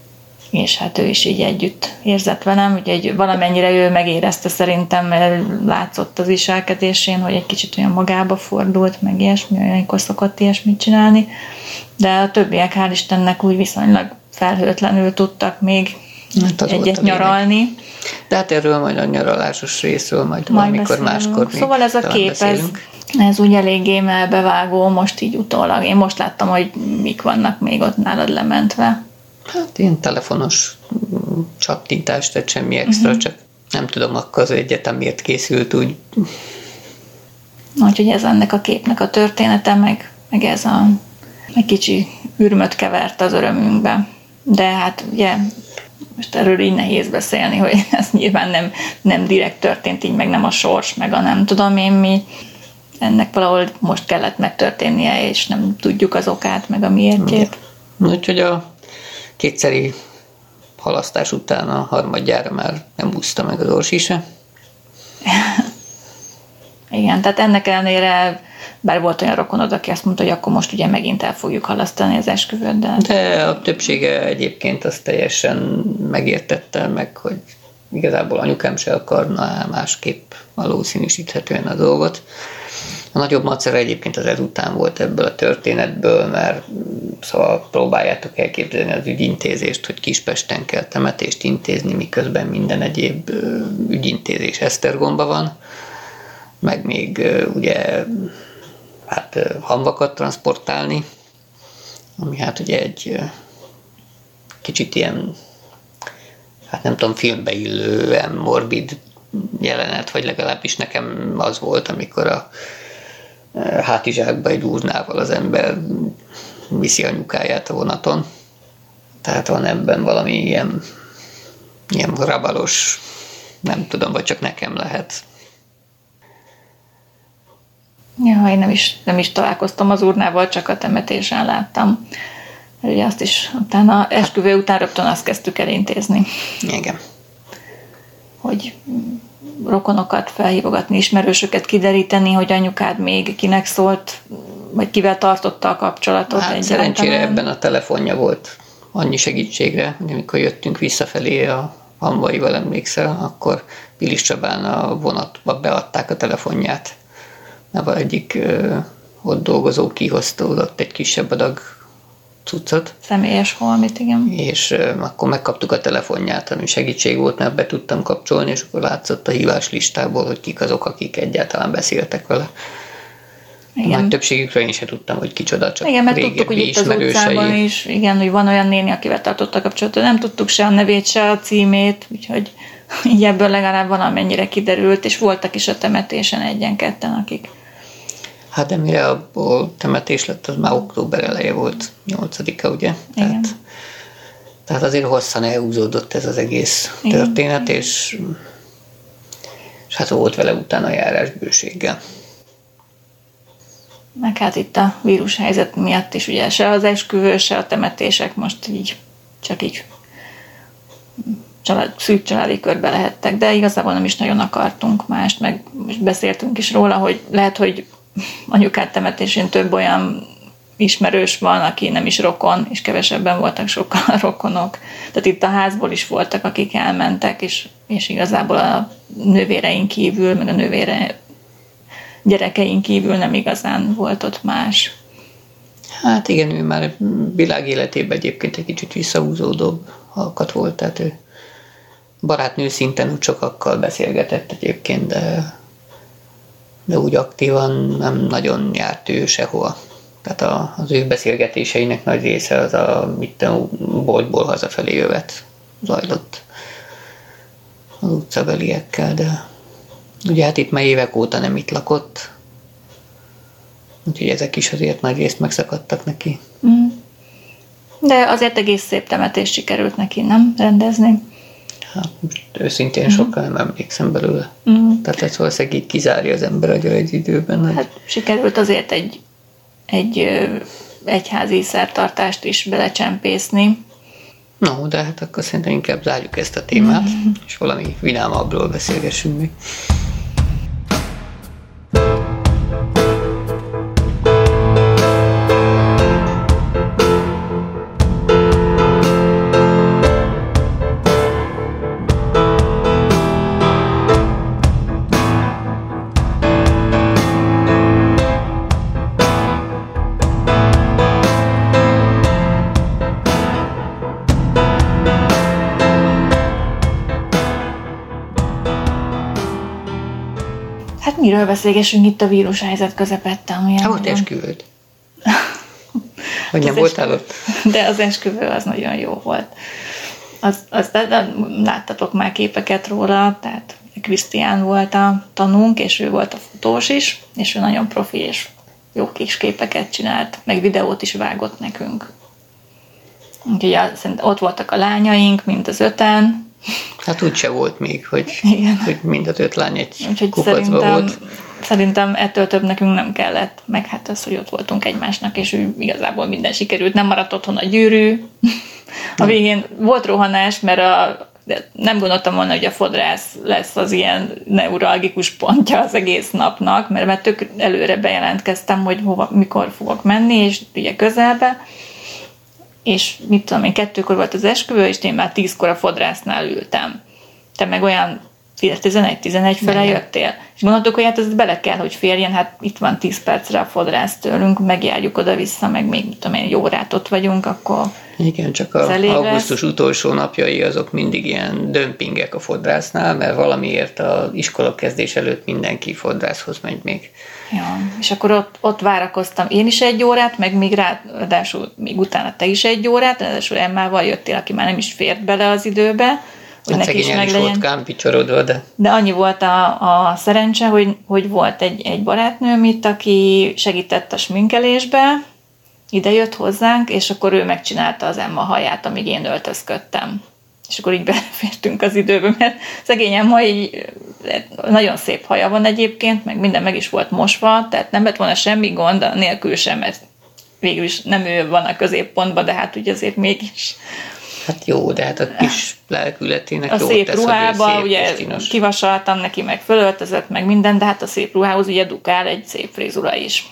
és hát ő is így együtt érzett velem, ugye egy, valamennyire ő megérezte szerintem, mert látszott az viselkedésén, hogy egy kicsit olyan magába fordult, meg ilyesmi, olyankor szokott ilyesmit csinálni, de a többiek hál' Istennek úgy viszonylag felhőtlenül tudtak még hát egyet nyaralni. De hát erről majd a nyaralásos részről majd, majd valamikor máskor még Szóval ez a kép, ez, ez úgy eléggé melbevágó most így utólag. Én most láttam, hogy mik vannak még ott nálad lementve. Hát ilyen telefonos csattintás, tehát semmi extra, uh-huh. csak nem tudom, akkor az egyetem miért készült úgy. Úgyhogy ez ennek a képnek a története, meg, meg ez a egy kicsi ürmöt kevert az örömünkbe. De hát ugye most erről így nehéz beszélni, hogy ez nyilván nem, nem direkt történt így, meg nem a sors, meg a nem tudom én mi. Ennek valahol most kellett megtörténnie, és nem tudjuk az okát, meg a miértjét. Úgyhogy a kétszeri halasztás után a harmadjára már nem úszta meg az Orsi se. Igen, tehát ennek ellenére, bár volt olyan rokonod, aki azt mondta, hogy akkor most ugye megint el fogjuk halasztani az esküvőt, de... De a többsége egyébként azt teljesen megértette meg, hogy igazából anyukám se akarna másképp valószínűsíthetően a dolgot. A nagyobb macera egyébként az ezután volt ebből a történetből, mert szóval próbáljátok elképzelni az ügyintézést, hogy Kispesten kell temetést intézni, miközben minden egyéb ügyintézés Esztergomba van, meg még ugye hát hamvakat transportálni, ami hát ugye egy kicsit ilyen, hát nem tudom, filmbe illően morbid jelenet, vagy legalábbis nekem az volt, amikor a hátizsákba egy urnával az ember viszi anyukáját a vonaton. Tehát van ebben valami ilyen, ilyen rabalos, nem tudom, vagy csak nekem lehet. Ja, én nem is, nem is találkoztam az urnával, csak a temetésen láttam. Ugye azt is utána, esküvő után rögtön azt kezdtük el intézni. Igen. Hogy rokonokat felhívogatni, ismerősöket kideríteni, hogy anyukád még kinek szólt, vagy kivel tartotta a kapcsolatot. Hát szerencsére ebben a telefonja volt annyi segítségre, hogy amikor jöttünk visszafelé a Hamvaival, emlékszel, akkor Pilis Csabán a vonatba beadták a telefonját. Neva egyik ö, ott dolgozó kihozta ott egy kisebb adag cuccot. Személyes holmit, igen. És ö, akkor megkaptuk a telefonját, ami segítség volt, mert be tudtam kapcsolni, és akkor látszott a hívás listából, hogy kik azok, akik egyáltalán beszéltek vele. Igen. Nagy többségükről én sem tudtam, hogy kicsoda, csak igen, mert tudtuk, hogy itt az utcában is, igen, hogy van olyan néni, akivel tartottak kapcsolatot, nem tudtuk se a nevét, se a címét, úgyhogy így ebből legalább valamennyire kiderült, és voltak is a temetésen egyen-ketten, akik. Hát de mire abból temetés lett, az már október eleje volt, nyolcadika, ugye? Tehát, tehát azért hosszan elhúzódott ez az egész igen. történet, és, és hát volt vele utána járás bőséggel. Meg hát itt a vírushelyzet miatt is ugye se az esküvő, se a temetések most így csak így család, szűk családi körbe lehettek, de igazából nem is nagyon akartunk mást, meg most beszéltünk is róla, hogy lehet, hogy anyukád temetésén több olyan ismerős van, aki nem is rokon, és kevesebben voltak sokkal rokonok. Tehát itt a házból is voltak, akik elmentek, és, és igazából a nővéreink kívül, meg a nővére gyerekeink kívül nem igazán volt ott más. Hát igen, ő már világ életében egyébként egy kicsit visszahúzódóbb alkat volt, tehát ő barátnő szinten úgy sokakkal beszélgetett egyébként, de, de úgy aktívan nem nagyon járt ő sehova. Tehát a, az ő beszélgetéseinek nagy része az a, mit a boltból hazafelé jövet zajlott az utcabeliekkel, de ugye hát itt már évek óta nem itt lakott, úgyhogy ezek is azért nagy részt megszakadtak neki. Mm. De azért egész szép temetést sikerült neki, nem? Rendezni. Hát most őszintén mm. sokkal nem emlékszem belőle. Mm. Tehát ez valószínűleg így kizárja az ember agya egy időben. Hogy... Hát sikerült azért egy, egy egyházi szertartást is belecsempészni. No, de hát akkor szerintem inkább zárjuk ezt a témát, mm. és valami vidámabbról beszélgessünk még. miről beszélgessünk itt a vírushelyzet közepette? Hát volt esküvőd. Hogy nem voltál ott? De az esküvő az nagyon jó volt. Az, az, de, de, láttatok már képeket róla, tehát Krisztián volt a tanúnk, és ő volt a fotós is, és ő nagyon profi, és jó kis képeket csinált, meg videót is vágott nekünk. Úgyhogy ott voltak a lányaink, mind az öten. Hát úgyse volt még, hogy, hogy mind az öt lány egy úgyhogy kupacba volt. Szerintem ettől több nekünk nem kellett, meg hát az, hogy ott voltunk egymásnak, és ő igazából minden sikerült. Nem maradt otthon a gyűrű. A végén volt rohanás, mert a, nem gondoltam volna, hogy a fodrász lesz az ilyen neuralgikus pontja az egész napnak, mert már tök előre bejelentkeztem, hogy hova, mikor fogok menni, és ugye közelbe. És mit tudom én, kettőkor volt az esküvő, és én már tízkor a fodrásznál ültem. Te meg olyan tizenegy-tizenegy fele jöttél. És gondoltuk, hogy hát ez bele kell, hogy férjen, hát itt van tíz percre a fodrász tőlünk, megjárjuk oda-vissza, meg még mit tudom én, jó órát ott vagyunk, akkor igen, csak az augusztus utolsó napjai azok mindig ilyen dömpingek a fodrásznál, mert valamiért az iskola kezdés előtt mindenki fodrászhoz megy még. Ja, és akkor ott, ott várakoztam én is egy órát, meg még ráadásul még utána te is egy órát, ráadásul Emmával jöttél, aki már nem is fért bele az időbe, hogy hát neki is meg is legyen. volt kámpicsorodva, de... De annyi volt a, a szerencse, hogy, hogy volt egy, egy barátnőm itt, aki segített a sminkelésbe, ide jött hozzánk, és akkor ő megcsinálta az Emma haját, amíg én öltözködtem. És akkor így belefértünk az időbe, mert szegény Emma így nagyon szép haja van egyébként, meg minden meg is volt mosva, tehát nem lett volna semmi gond, de nélkül sem, mert végül is nem ő van a középpontban, de hát ugye azért mégis. Hát jó, de hát a kis lelkületének a jót szép tesz, ruhába, szép ugye kivasaltam neki, meg fölöltözött, meg minden, de hát a szép ruhához ugye dukál egy szép frizura is.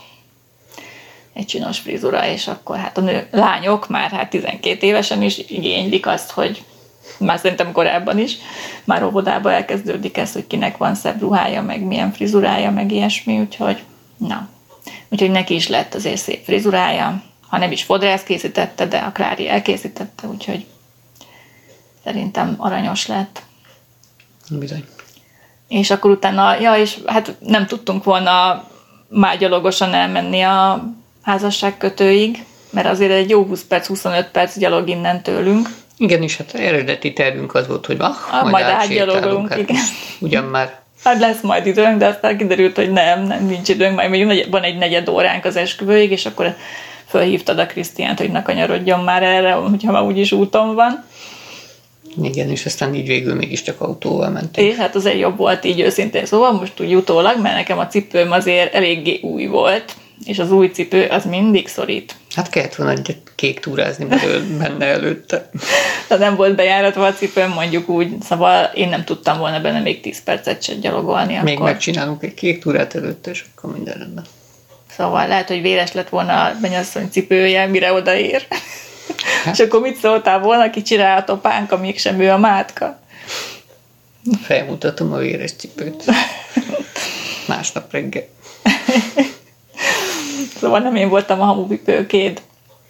Egy csinos frizura, és akkor hát a nő, lányok már hát tizenkét évesen is igénylik azt, hogy már szerintem korábban is, már óvodában elkezdődik ez, hogy kinek van szebb ruhája, meg milyen frizurája, meg ilyesmi, úgyhogy na. Úgyhogy neki is lett azért szép frizurája, ha nem is fodrász készítette, de a Klári elkészítette, úgyhogy szerintem aranyos lett. Bizony. És akkor utána, ja, és hát nem tudtunk volna már gyalogosan elmenni a házasságkötőig, mert azért egy jó húsz perc, huszonöt perc gyalog innen tőlünk. Igen, és hát eredeti tervünk az volt, hogy ah, ah, majd, majd átgyalogolunk, hát igen. Ugyan már. Hát lesz majd időnk, de aztán kiderült, hogy nem, nem nincs időnk, majd van egy negyed óránk az esküvőig, és akkor fölhívtad a Krisztiánt, hogy ne kanyarodjon már erre, hogyha már úgyis úton van. Igen, és aztán így végül mégiscsak autóval mentünk. És hát azért jobb volt így őszintén, szóval most úgy utólag, mert nekem a cipőm azért eléggé új volt, és az új cipő az mindig szorít. Hát kellett volna egy kék túrázni benne előtte. De nem volt bejáratva a cipőm, mondjuk úgy, szóval én nem tudtam volna benne még tíz percet sem gyalogolni. Még akkor. Megcsinálunk egy kék túrát előtte, és akkor minden rendben. Szóval lehet, hogy véres lett volna a mennyasszony cipője, mire odaér. Hát. És akkor mit szóltál volna, kicsi rá a topánka, mégsem ő a mátka? Felmutatom a véres cipőt. Másnap reggel. Szóval nem én voltam a hamupipőkéd.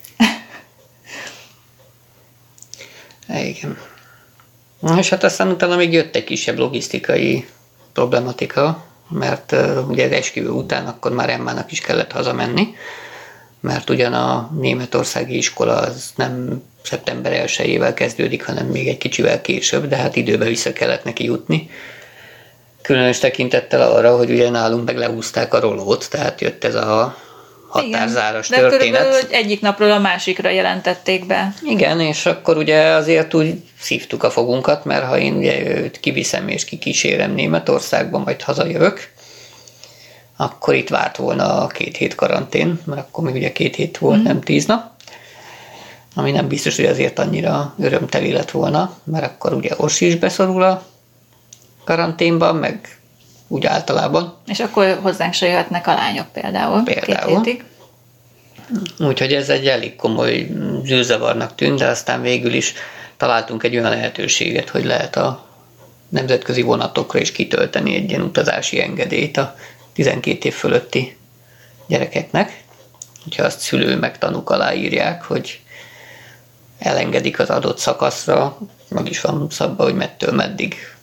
Igen. És hát aztán utána még jött egy kisebb logisztikai problematika, mert uh, ugye az esküvő után akkor már Emmának is kellett hazamenni, mert ugyan a németországi iskola az nem szeptember elsejével kezdődik, hanem még egy kicsivel később, de hát időbe vissza kellett neki jutni. Különös tekintettel arra, hogy ugye nálunk meg lehúzták a rolót, tehát jött ez a határzáros igen, történet. De körülbelül egyik napról a másikra jelentették be. Igen, és akkor ugye azért úgy szívtuk a fogunkat, mert ha én ugye őt kiviszem és kikísérem Németországba, majd hazajövök, akkor itt várt volna a két hét karantén, mert akkor még ugye két hét volt, mm. nem tíz nap, ami nem biztos, hogy azért annyira örömteli lett volna, mert akkor ugye Orsi is beszorul a karanténba, meg úgy általában. És akkor hozzánk se jöhetnek a lányok például, például. két hétig. Úgyhogy ez egy elég komoly zűrzavarnak tűnt, de aztán végül is találtunk egy olyan lehetőséget, hogy lehet a nemzetközi vonatokra is kitölteni egy ilyen utazási engedélyt a tizenkét év fölötti gyerekeknek. Hogyha azt szülő meg tanúk aláírják, hogy elengedik az adott szakaszra, meg is van szabva, hogy mettől meddig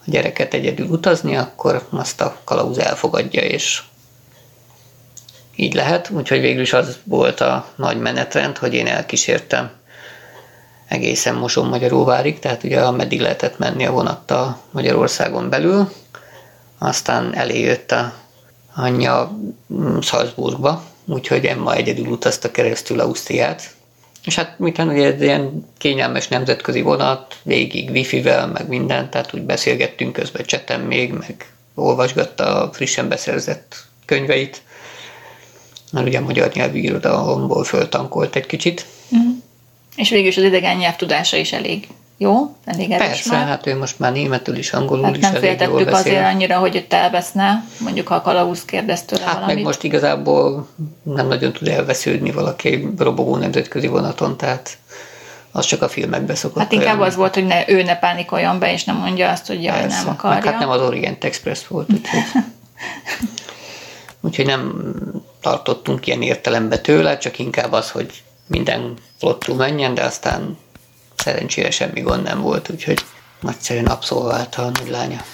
a gyereket egyedül utazni, akkor azt a kalauz elfogadja, és így lehet. Úgyhogy végül is az volt a nagy menetrend, hogy én elkísértem egészen Mosonmagyaróvárig, tehát ugye ameddig lehetett menni a vonattal Magyarországon belül. Aztán elé jött a anyja Salzburgba, úgyhogy Emma egyedül utazta keresztül Ausztriát. És hát miután ugye egy ilyen kényelmes nemzetközi vonat, végig wifi-vel, meg mindent, tehát úgy beszélgettünk közben cseten még, meg olvasgatta a frissen beszerzett könyveit, mert ugye a magyar nyelvű irodalomból föltankolt egy kicsit. Mm. És végül is az idegen nyelv tudása is elég jó, elég erős. Persze, már. hát ő most már németül is, angolul hát is nem elég jól féltettük beszél. azért annyira, hogy ott elveszne, mondjuk ha a kalauz kérdez tőle hát valamit. meg most igazából nem nagyon tud elvesződni valaki robogó nemzetközi vonaton, tehát az csak a filmekbe szokott. Hát inkább olyan. az volt, hogy ne, ő ne pánikoljon be, és nem mondja azt, hogy jaj, Persze. nem akarja. Meg hát nem az Orient Express volt, úgyhogy, úgyhogy nem tartottunk ilyen értelembe tőle, csak inkább az, hogy minden flottul menjen, de aztán szerencsére semmi gond nem volt, úgyhogy nagyszerűen abszolválta a nagylánya.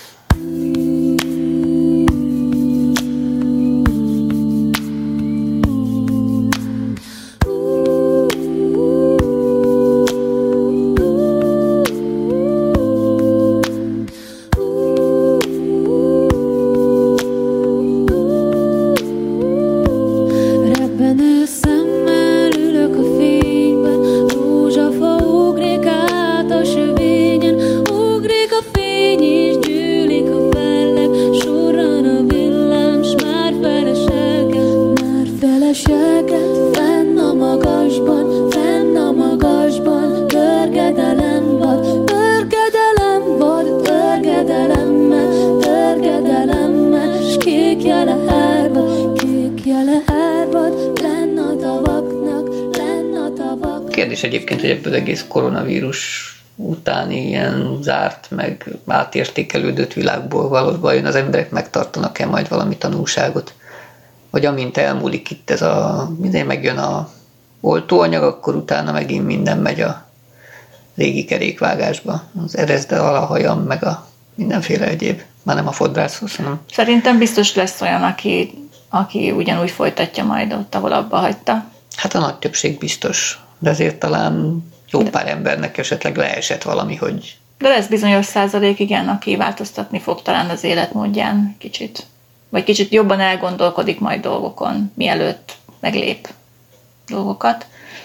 Kérdés egyébként, hogy ebből egész koronavírus utáni ilyen zárt, meg átértékelődött világból valóban az emberek megtartanak-e majd valami tanulságot? Vagy amint elmúlik itt ez a, minden megjön a oltóanyag, akkor utána megint minden megy a régi kerékvágásba. Az erezde alahajam, meg a mindenféle egyéb. Már nem a fodrászhoz, hanem... Szerintem biztos lesz olyan, aki, aki ugyanúgy folytatja majd ott, ahol abba hagyta. Hát a nagy többség biztos. De azért talán jó pár embernek esetleg leesett valami, hogy... De lesz bizonyos százalék, igen, aki változtatni fog talán az életmódján kicsit. Vagy kicsit jobban elgondolkodik majd dolgokon, mielőtt meglép dolgokat.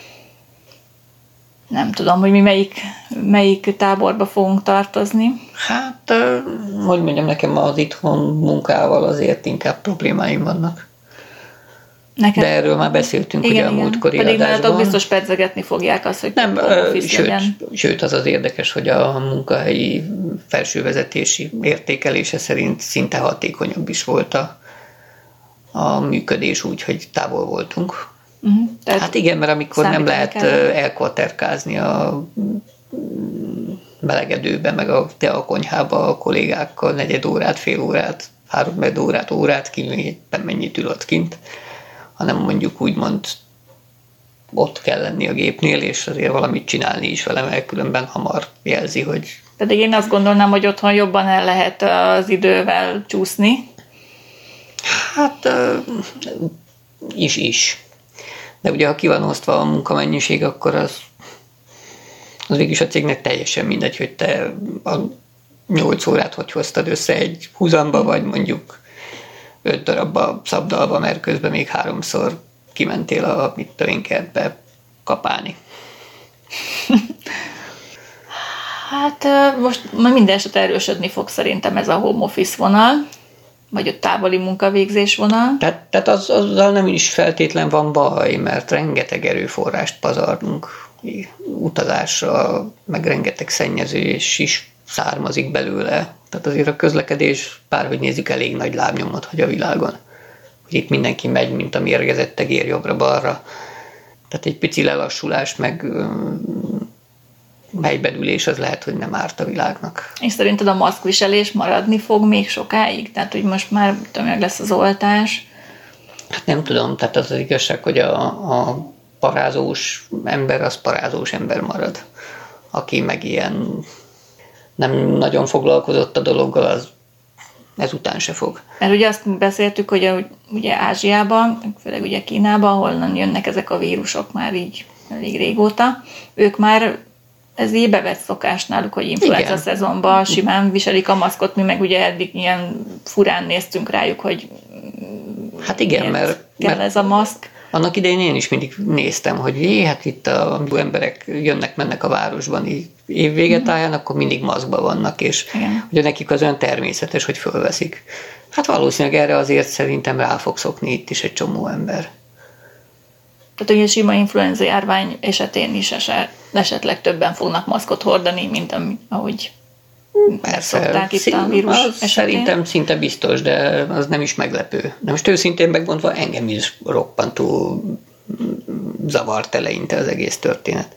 Nem tudom, hogy mi melyik, melyik táborba fogunk tartozni. Hát, hogy mondjam, nekem az itthon munkával azért inkább problémáim vannak. Nekem... De erről már beszéltünk igen, ugye a múltkori adásban. Pedig nálatok biztos pedzegetni fogják azt, hogy nem, sőt, sőt, az az érdekes, hogy a munkahelyi felsővezetési értékelése szerint szinte hatékonyabb is volt a, a működés úgy, hogy távol voltunk. Uh-huh. Hát igen, mert amikor nem lehet elkvaterkázni a melegedőbe, meg a te a konyhába a kollégákkal negyed órát, fél órát, három órát, órát ki, mennyit ül ott kint, hanem mondjuk úgymond ott kell lenni a gépnél, és azért valamit csinálni is vele, mert különben hamar jelzi, hogy... Pedig én azt gondolnám, hogy otthon jobban el lehet az idővel csúszni. Hát is is. De ugye, ha ki van osztva a munkamennyiség, akkor az, az végig is a cégnek teljesen mindegy, hogy te a nyolc órát hogy hoztad össze egy húzamba, vagy mondjuk öt darabba szabdalva, mert közben még háromszor kimentél a mit tudom én kertbe kapálni. Hát most majd minden eset erősödni fog szerintem ez a home office vonal, vagy a távoli munkavégzés vonal. Tehát, tehát az, azzal nem is feltétlen van baj, mert rengeteg erőforrást pazarlunk utazásra, meg rengeteg szennyezés is származik belőle. Tehát azért a közlekedés, bárhogy nézzük, elég nagy lábnyomot hagy a világon. Hogy itt mindenki megy, mint a mérgezett tegér jobbra-balra. Tehát egy pici lelassulás, meg helybedülés az lehet, hogy nem árt a világnak. És szerinted a maszkviselés maradni fog még sokáig? Tehát, hogy most már meg lesz az oltás? Hát nem tudom, tehát az az igazság, hogy a, a parázós ember, az parázós ember marad. Aki meg ilyen nem nagyon foglalkozott a dologgal, az ezután se fog. Mert ugye azt beszéltük, hogy ugye Ázsiában, főleg ugye Kínában, ahol jönnek ezek a vírusok már így elég régóta, ők már ez így bevett szokás náluk, hogy influenza szezonban simán viselik a maszkot, mi meg ugye eddig ilyen furán néztünk rájuk, hogy hát igen, mert, kell mert ez a maszk. Annak idején én is mindig néztem, hogy jé, hát itt a emberek jönnek-mennek a városban így évvége táján, akkor mindig maszkban vannak, és igen. Ugye nekik az olyan természetes, hogy fölveszik. Hát valószínűleg erre azért szerintem rá fog szokni itt is egy csomó ember. Tehát ugye sima influenza járvány esetén is esetleg többen fognak maszkot hordani, mint ahogy persze, szokták itt a vírus esetén. Szerintem szinte biztos, de az nem is meglepő. De most őszintén megmondva engem is roppantú zavart eleinte az egész történet.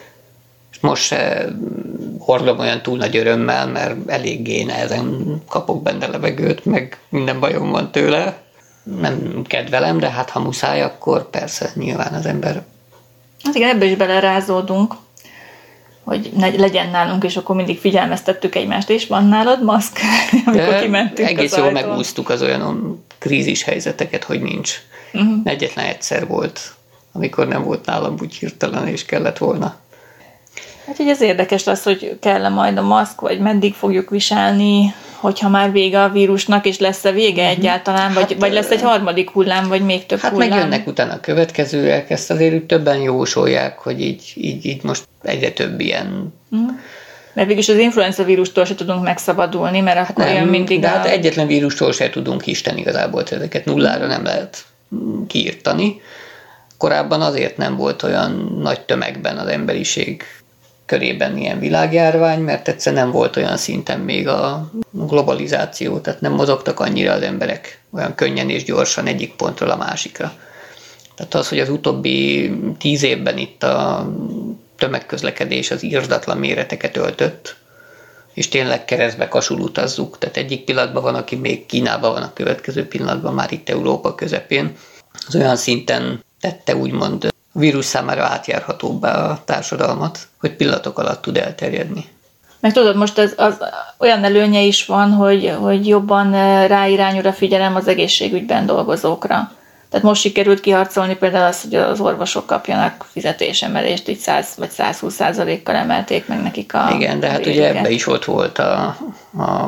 Most se hordom olyan túl nagy örömmel, mert eléggé nehezen kapok benne levegőt, meg minden bajom van tőle. Nem kedvelem, de hát ha muszáj, akkor persze nyilván az ember. Hát igen, ebbe is belerázódunk, hogy legyen nálunk, és akkor mindig figyelmeztettük egymást, és van nálad maszk, amikor de kimentünk egész jól megúsztuk az olyan krízis helyzeteket, hogy nincs. Uh-huh. Egyetlen egyszer volt, amikor nem volt nálam úgy hirtelen, és kellett volna. Hát így ez érdekes lesz, hogy kell-e majd a maszk, vagy meddig fogjuk viselni, hogyha már vége a vírusnak, és lesz-e vége uh-huh. egyáltalán, vagy, hát, vagy lesz egy harmadik hullám, vagy még több hát hullám. Hát meg jönnek utána a következőek, ezt azért többen jósolják, hogy így, így, így most egyre több ilyen... Uh-huh. Mert végülis az influenza vírustól se tudunk megszabadulni, mert hát akkor nem, mindig... De a... hát egyetlen vírustól se tudunk isten igazából, ezeket nullára nem lehet kiírtani. Korábban azért nem volt olyan nagy tömegben az emberiség körében ilyen világjárvány, mert egyszer nem volt olyan szinten még a globalizáció, tehát nem mozogtak annyira az emberek olyan könnyen és gyorsan egyik pontról a másikra. Tehát az, hogy az utóbbi tíz évben itt a tömegközlekedés az irdatlan méreteket öltött, és tényleg keresztbe kasul utazzuk, tehát egyik pillanatban van, aki még Kínában van, a következő pillanatban már itt Európa közepén, az olyan szinten tette úgymond a vírus számára átjárhatóbbá a társadalmat, hogy pillanatok alatt tud elterjedni. Meg tudod, most ez, az olyan előnye is van, hogy, hogy jobban ráirányul a figyelem az egészségügyben dolgozókra. Tehát most sikerült kiharcolni például azt, hogy az orvosok kapjanak fizetésemelést, így száz vagy százhúsz százalékkal emelték meg nekik a igen, de hát ugye ebbe is ott volt a, a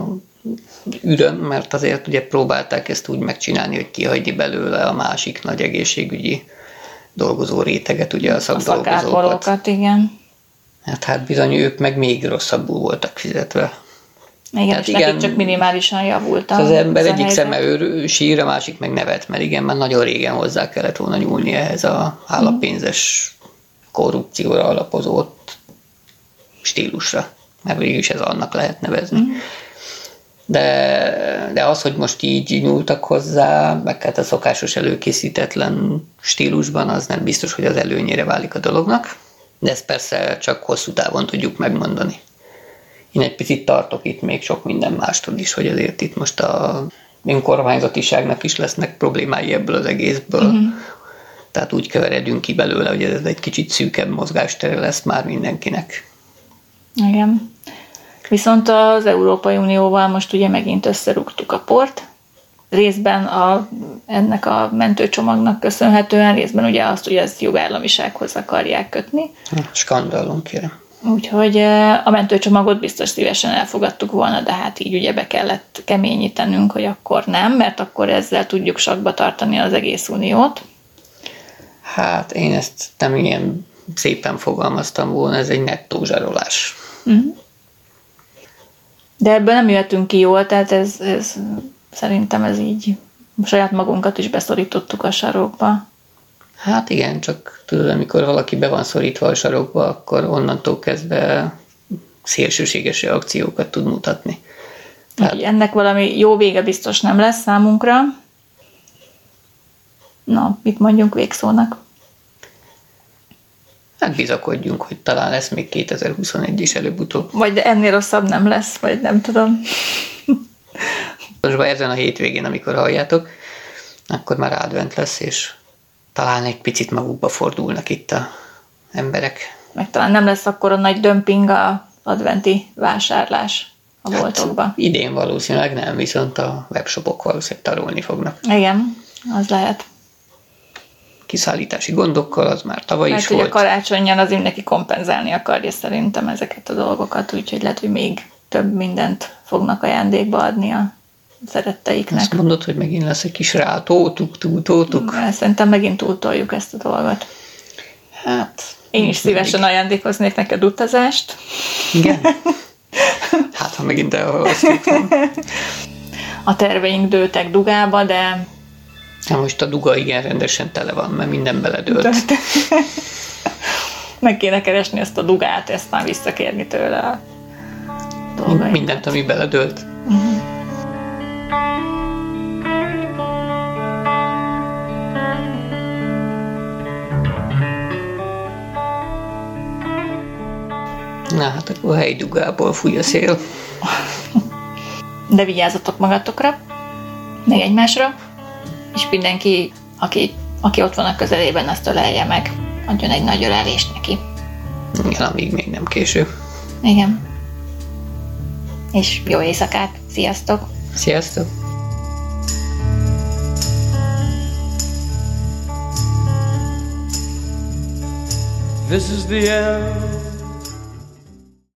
üröm, mert azért ugye próbálták ezt úgy megcsinálni, hogy kihagyni belőle a másik nagy egészségügyi dolgozó réteget, ugye a szakdolgozókat. A szakápolókat, igen. Hát, hát bizony ők meg még rosszabbul voltak fizetve. Igen, hát és igen, nekik csak minimálisan javult az ember egyik szeme őr, sír, a másik meg nevet, mert igen, már nagyon régen hozzá kellett volna nyúlni ehhez a állapénzes korrupcióra alapozott stílusra, mert végülis ez annak lehet nevezni. Mm. De, de az, hogy most így nyúltak hozzá, meg hát a szokásos előkészítetlen stílusban, az nem biztos, hogy az előnyére válik a dolognak, de ezt persze csak hosszú távon tudjuk megmondani. Én egy picit tartok itt még sok minden mástól is, hogy azért itt most a önkormányzatiságnak is lesznek problémái ebből az egészből. Uh-huh. Tehát úgy keveredünk ki belőle, hogy ez egy kicsit szűkebb mozgástere lesz már mindenkinek. Igen. Viszont az Európai Unióval most ugye megint összerúgtuk a port. Részben a, ennek a mentőcsomagnak köszönhetően, részben ugye azt, hogy ezt jogállamisághoz akarják kötni. Skandalom, kérem. Úgyhogy a mentőcsomagot biztos szívesen elfogadtuk volna, de hát így ugye be kellett keményítenünk, hogy akkor nem, mert akkor ezzel tudjuk sakba tartani az egész uniót. Hát én ezt nem ilyen szépen fogalmaztam volna, ez egy nettó zsarolás. Uh-huh. De ebből nem jöhetünk ki jól, tehát ez, ez szerintem ez így saját magunkat is beszorítottuk a sarokba. Hát igen, csak tudod, amikor valaki be van szorítva a sarokba, akkor onnantól kezdve szélsőséges reakciókat tud mutatni. Tehát... ennek valami jó vége biztos nem lesz számunkra. Na, mit mondjunk végszónak? Hát bizakodjunk, hogy talán lesz még kétezer-huszonegy is előbb-utóbb. Vagy de ennél rosszabb nem lesz, vagy nem tudom. Most ezen a hétvégén, amikor halljátok, akkor már advent lesz, és talán egy picit magukba fordulnak itt az emberek. Meg talán nem lesz akkor a nagy dömping a adventi vásárlás a boltokba. Hát, idén valószínűleg nem, viszont a webshopok valószínűleg tarolni fognak. Igen, az lehet. Kiszállítási gondokkal, az már tavaly hát, is volt. Hát ugye karácsonnyal az mindenki kompenzálni akarja szerintem ezeket a dolgokat, úgyhogy lehet, hogy még több mindent fognak ajándékba adni a szeretteiknek. Azt mondod, hogy megint lesz egy kis rátótuk, tútótuk? Szerintem megint túltoljuk ezt a dolgot. Hát... Én is szívesen mindig ajándékoznék neked utazást. Igen? Hát, ha megint elhalasztjuk. A terveink dőltek dugába, de... Hát most a duga igen rendesen tele van, mert minden beledőlt. Meg kéne keresni ezt a dugát, ezt már visszakérni tőle a dolgaimat. Mindent, ami beledőlt. Uh-huh. Na hát akkor a helydugából fúj a szél. De vigyázzatok magatokra, meg egymásra, és mindenki, aki, aki ott van a közelében, azt ölelje meg. Adjon egy nagy ölelést neki. Igen, amíg még nem késő. Igen. És jó éjszakát. Sziasztok! Sziasztok! This is the end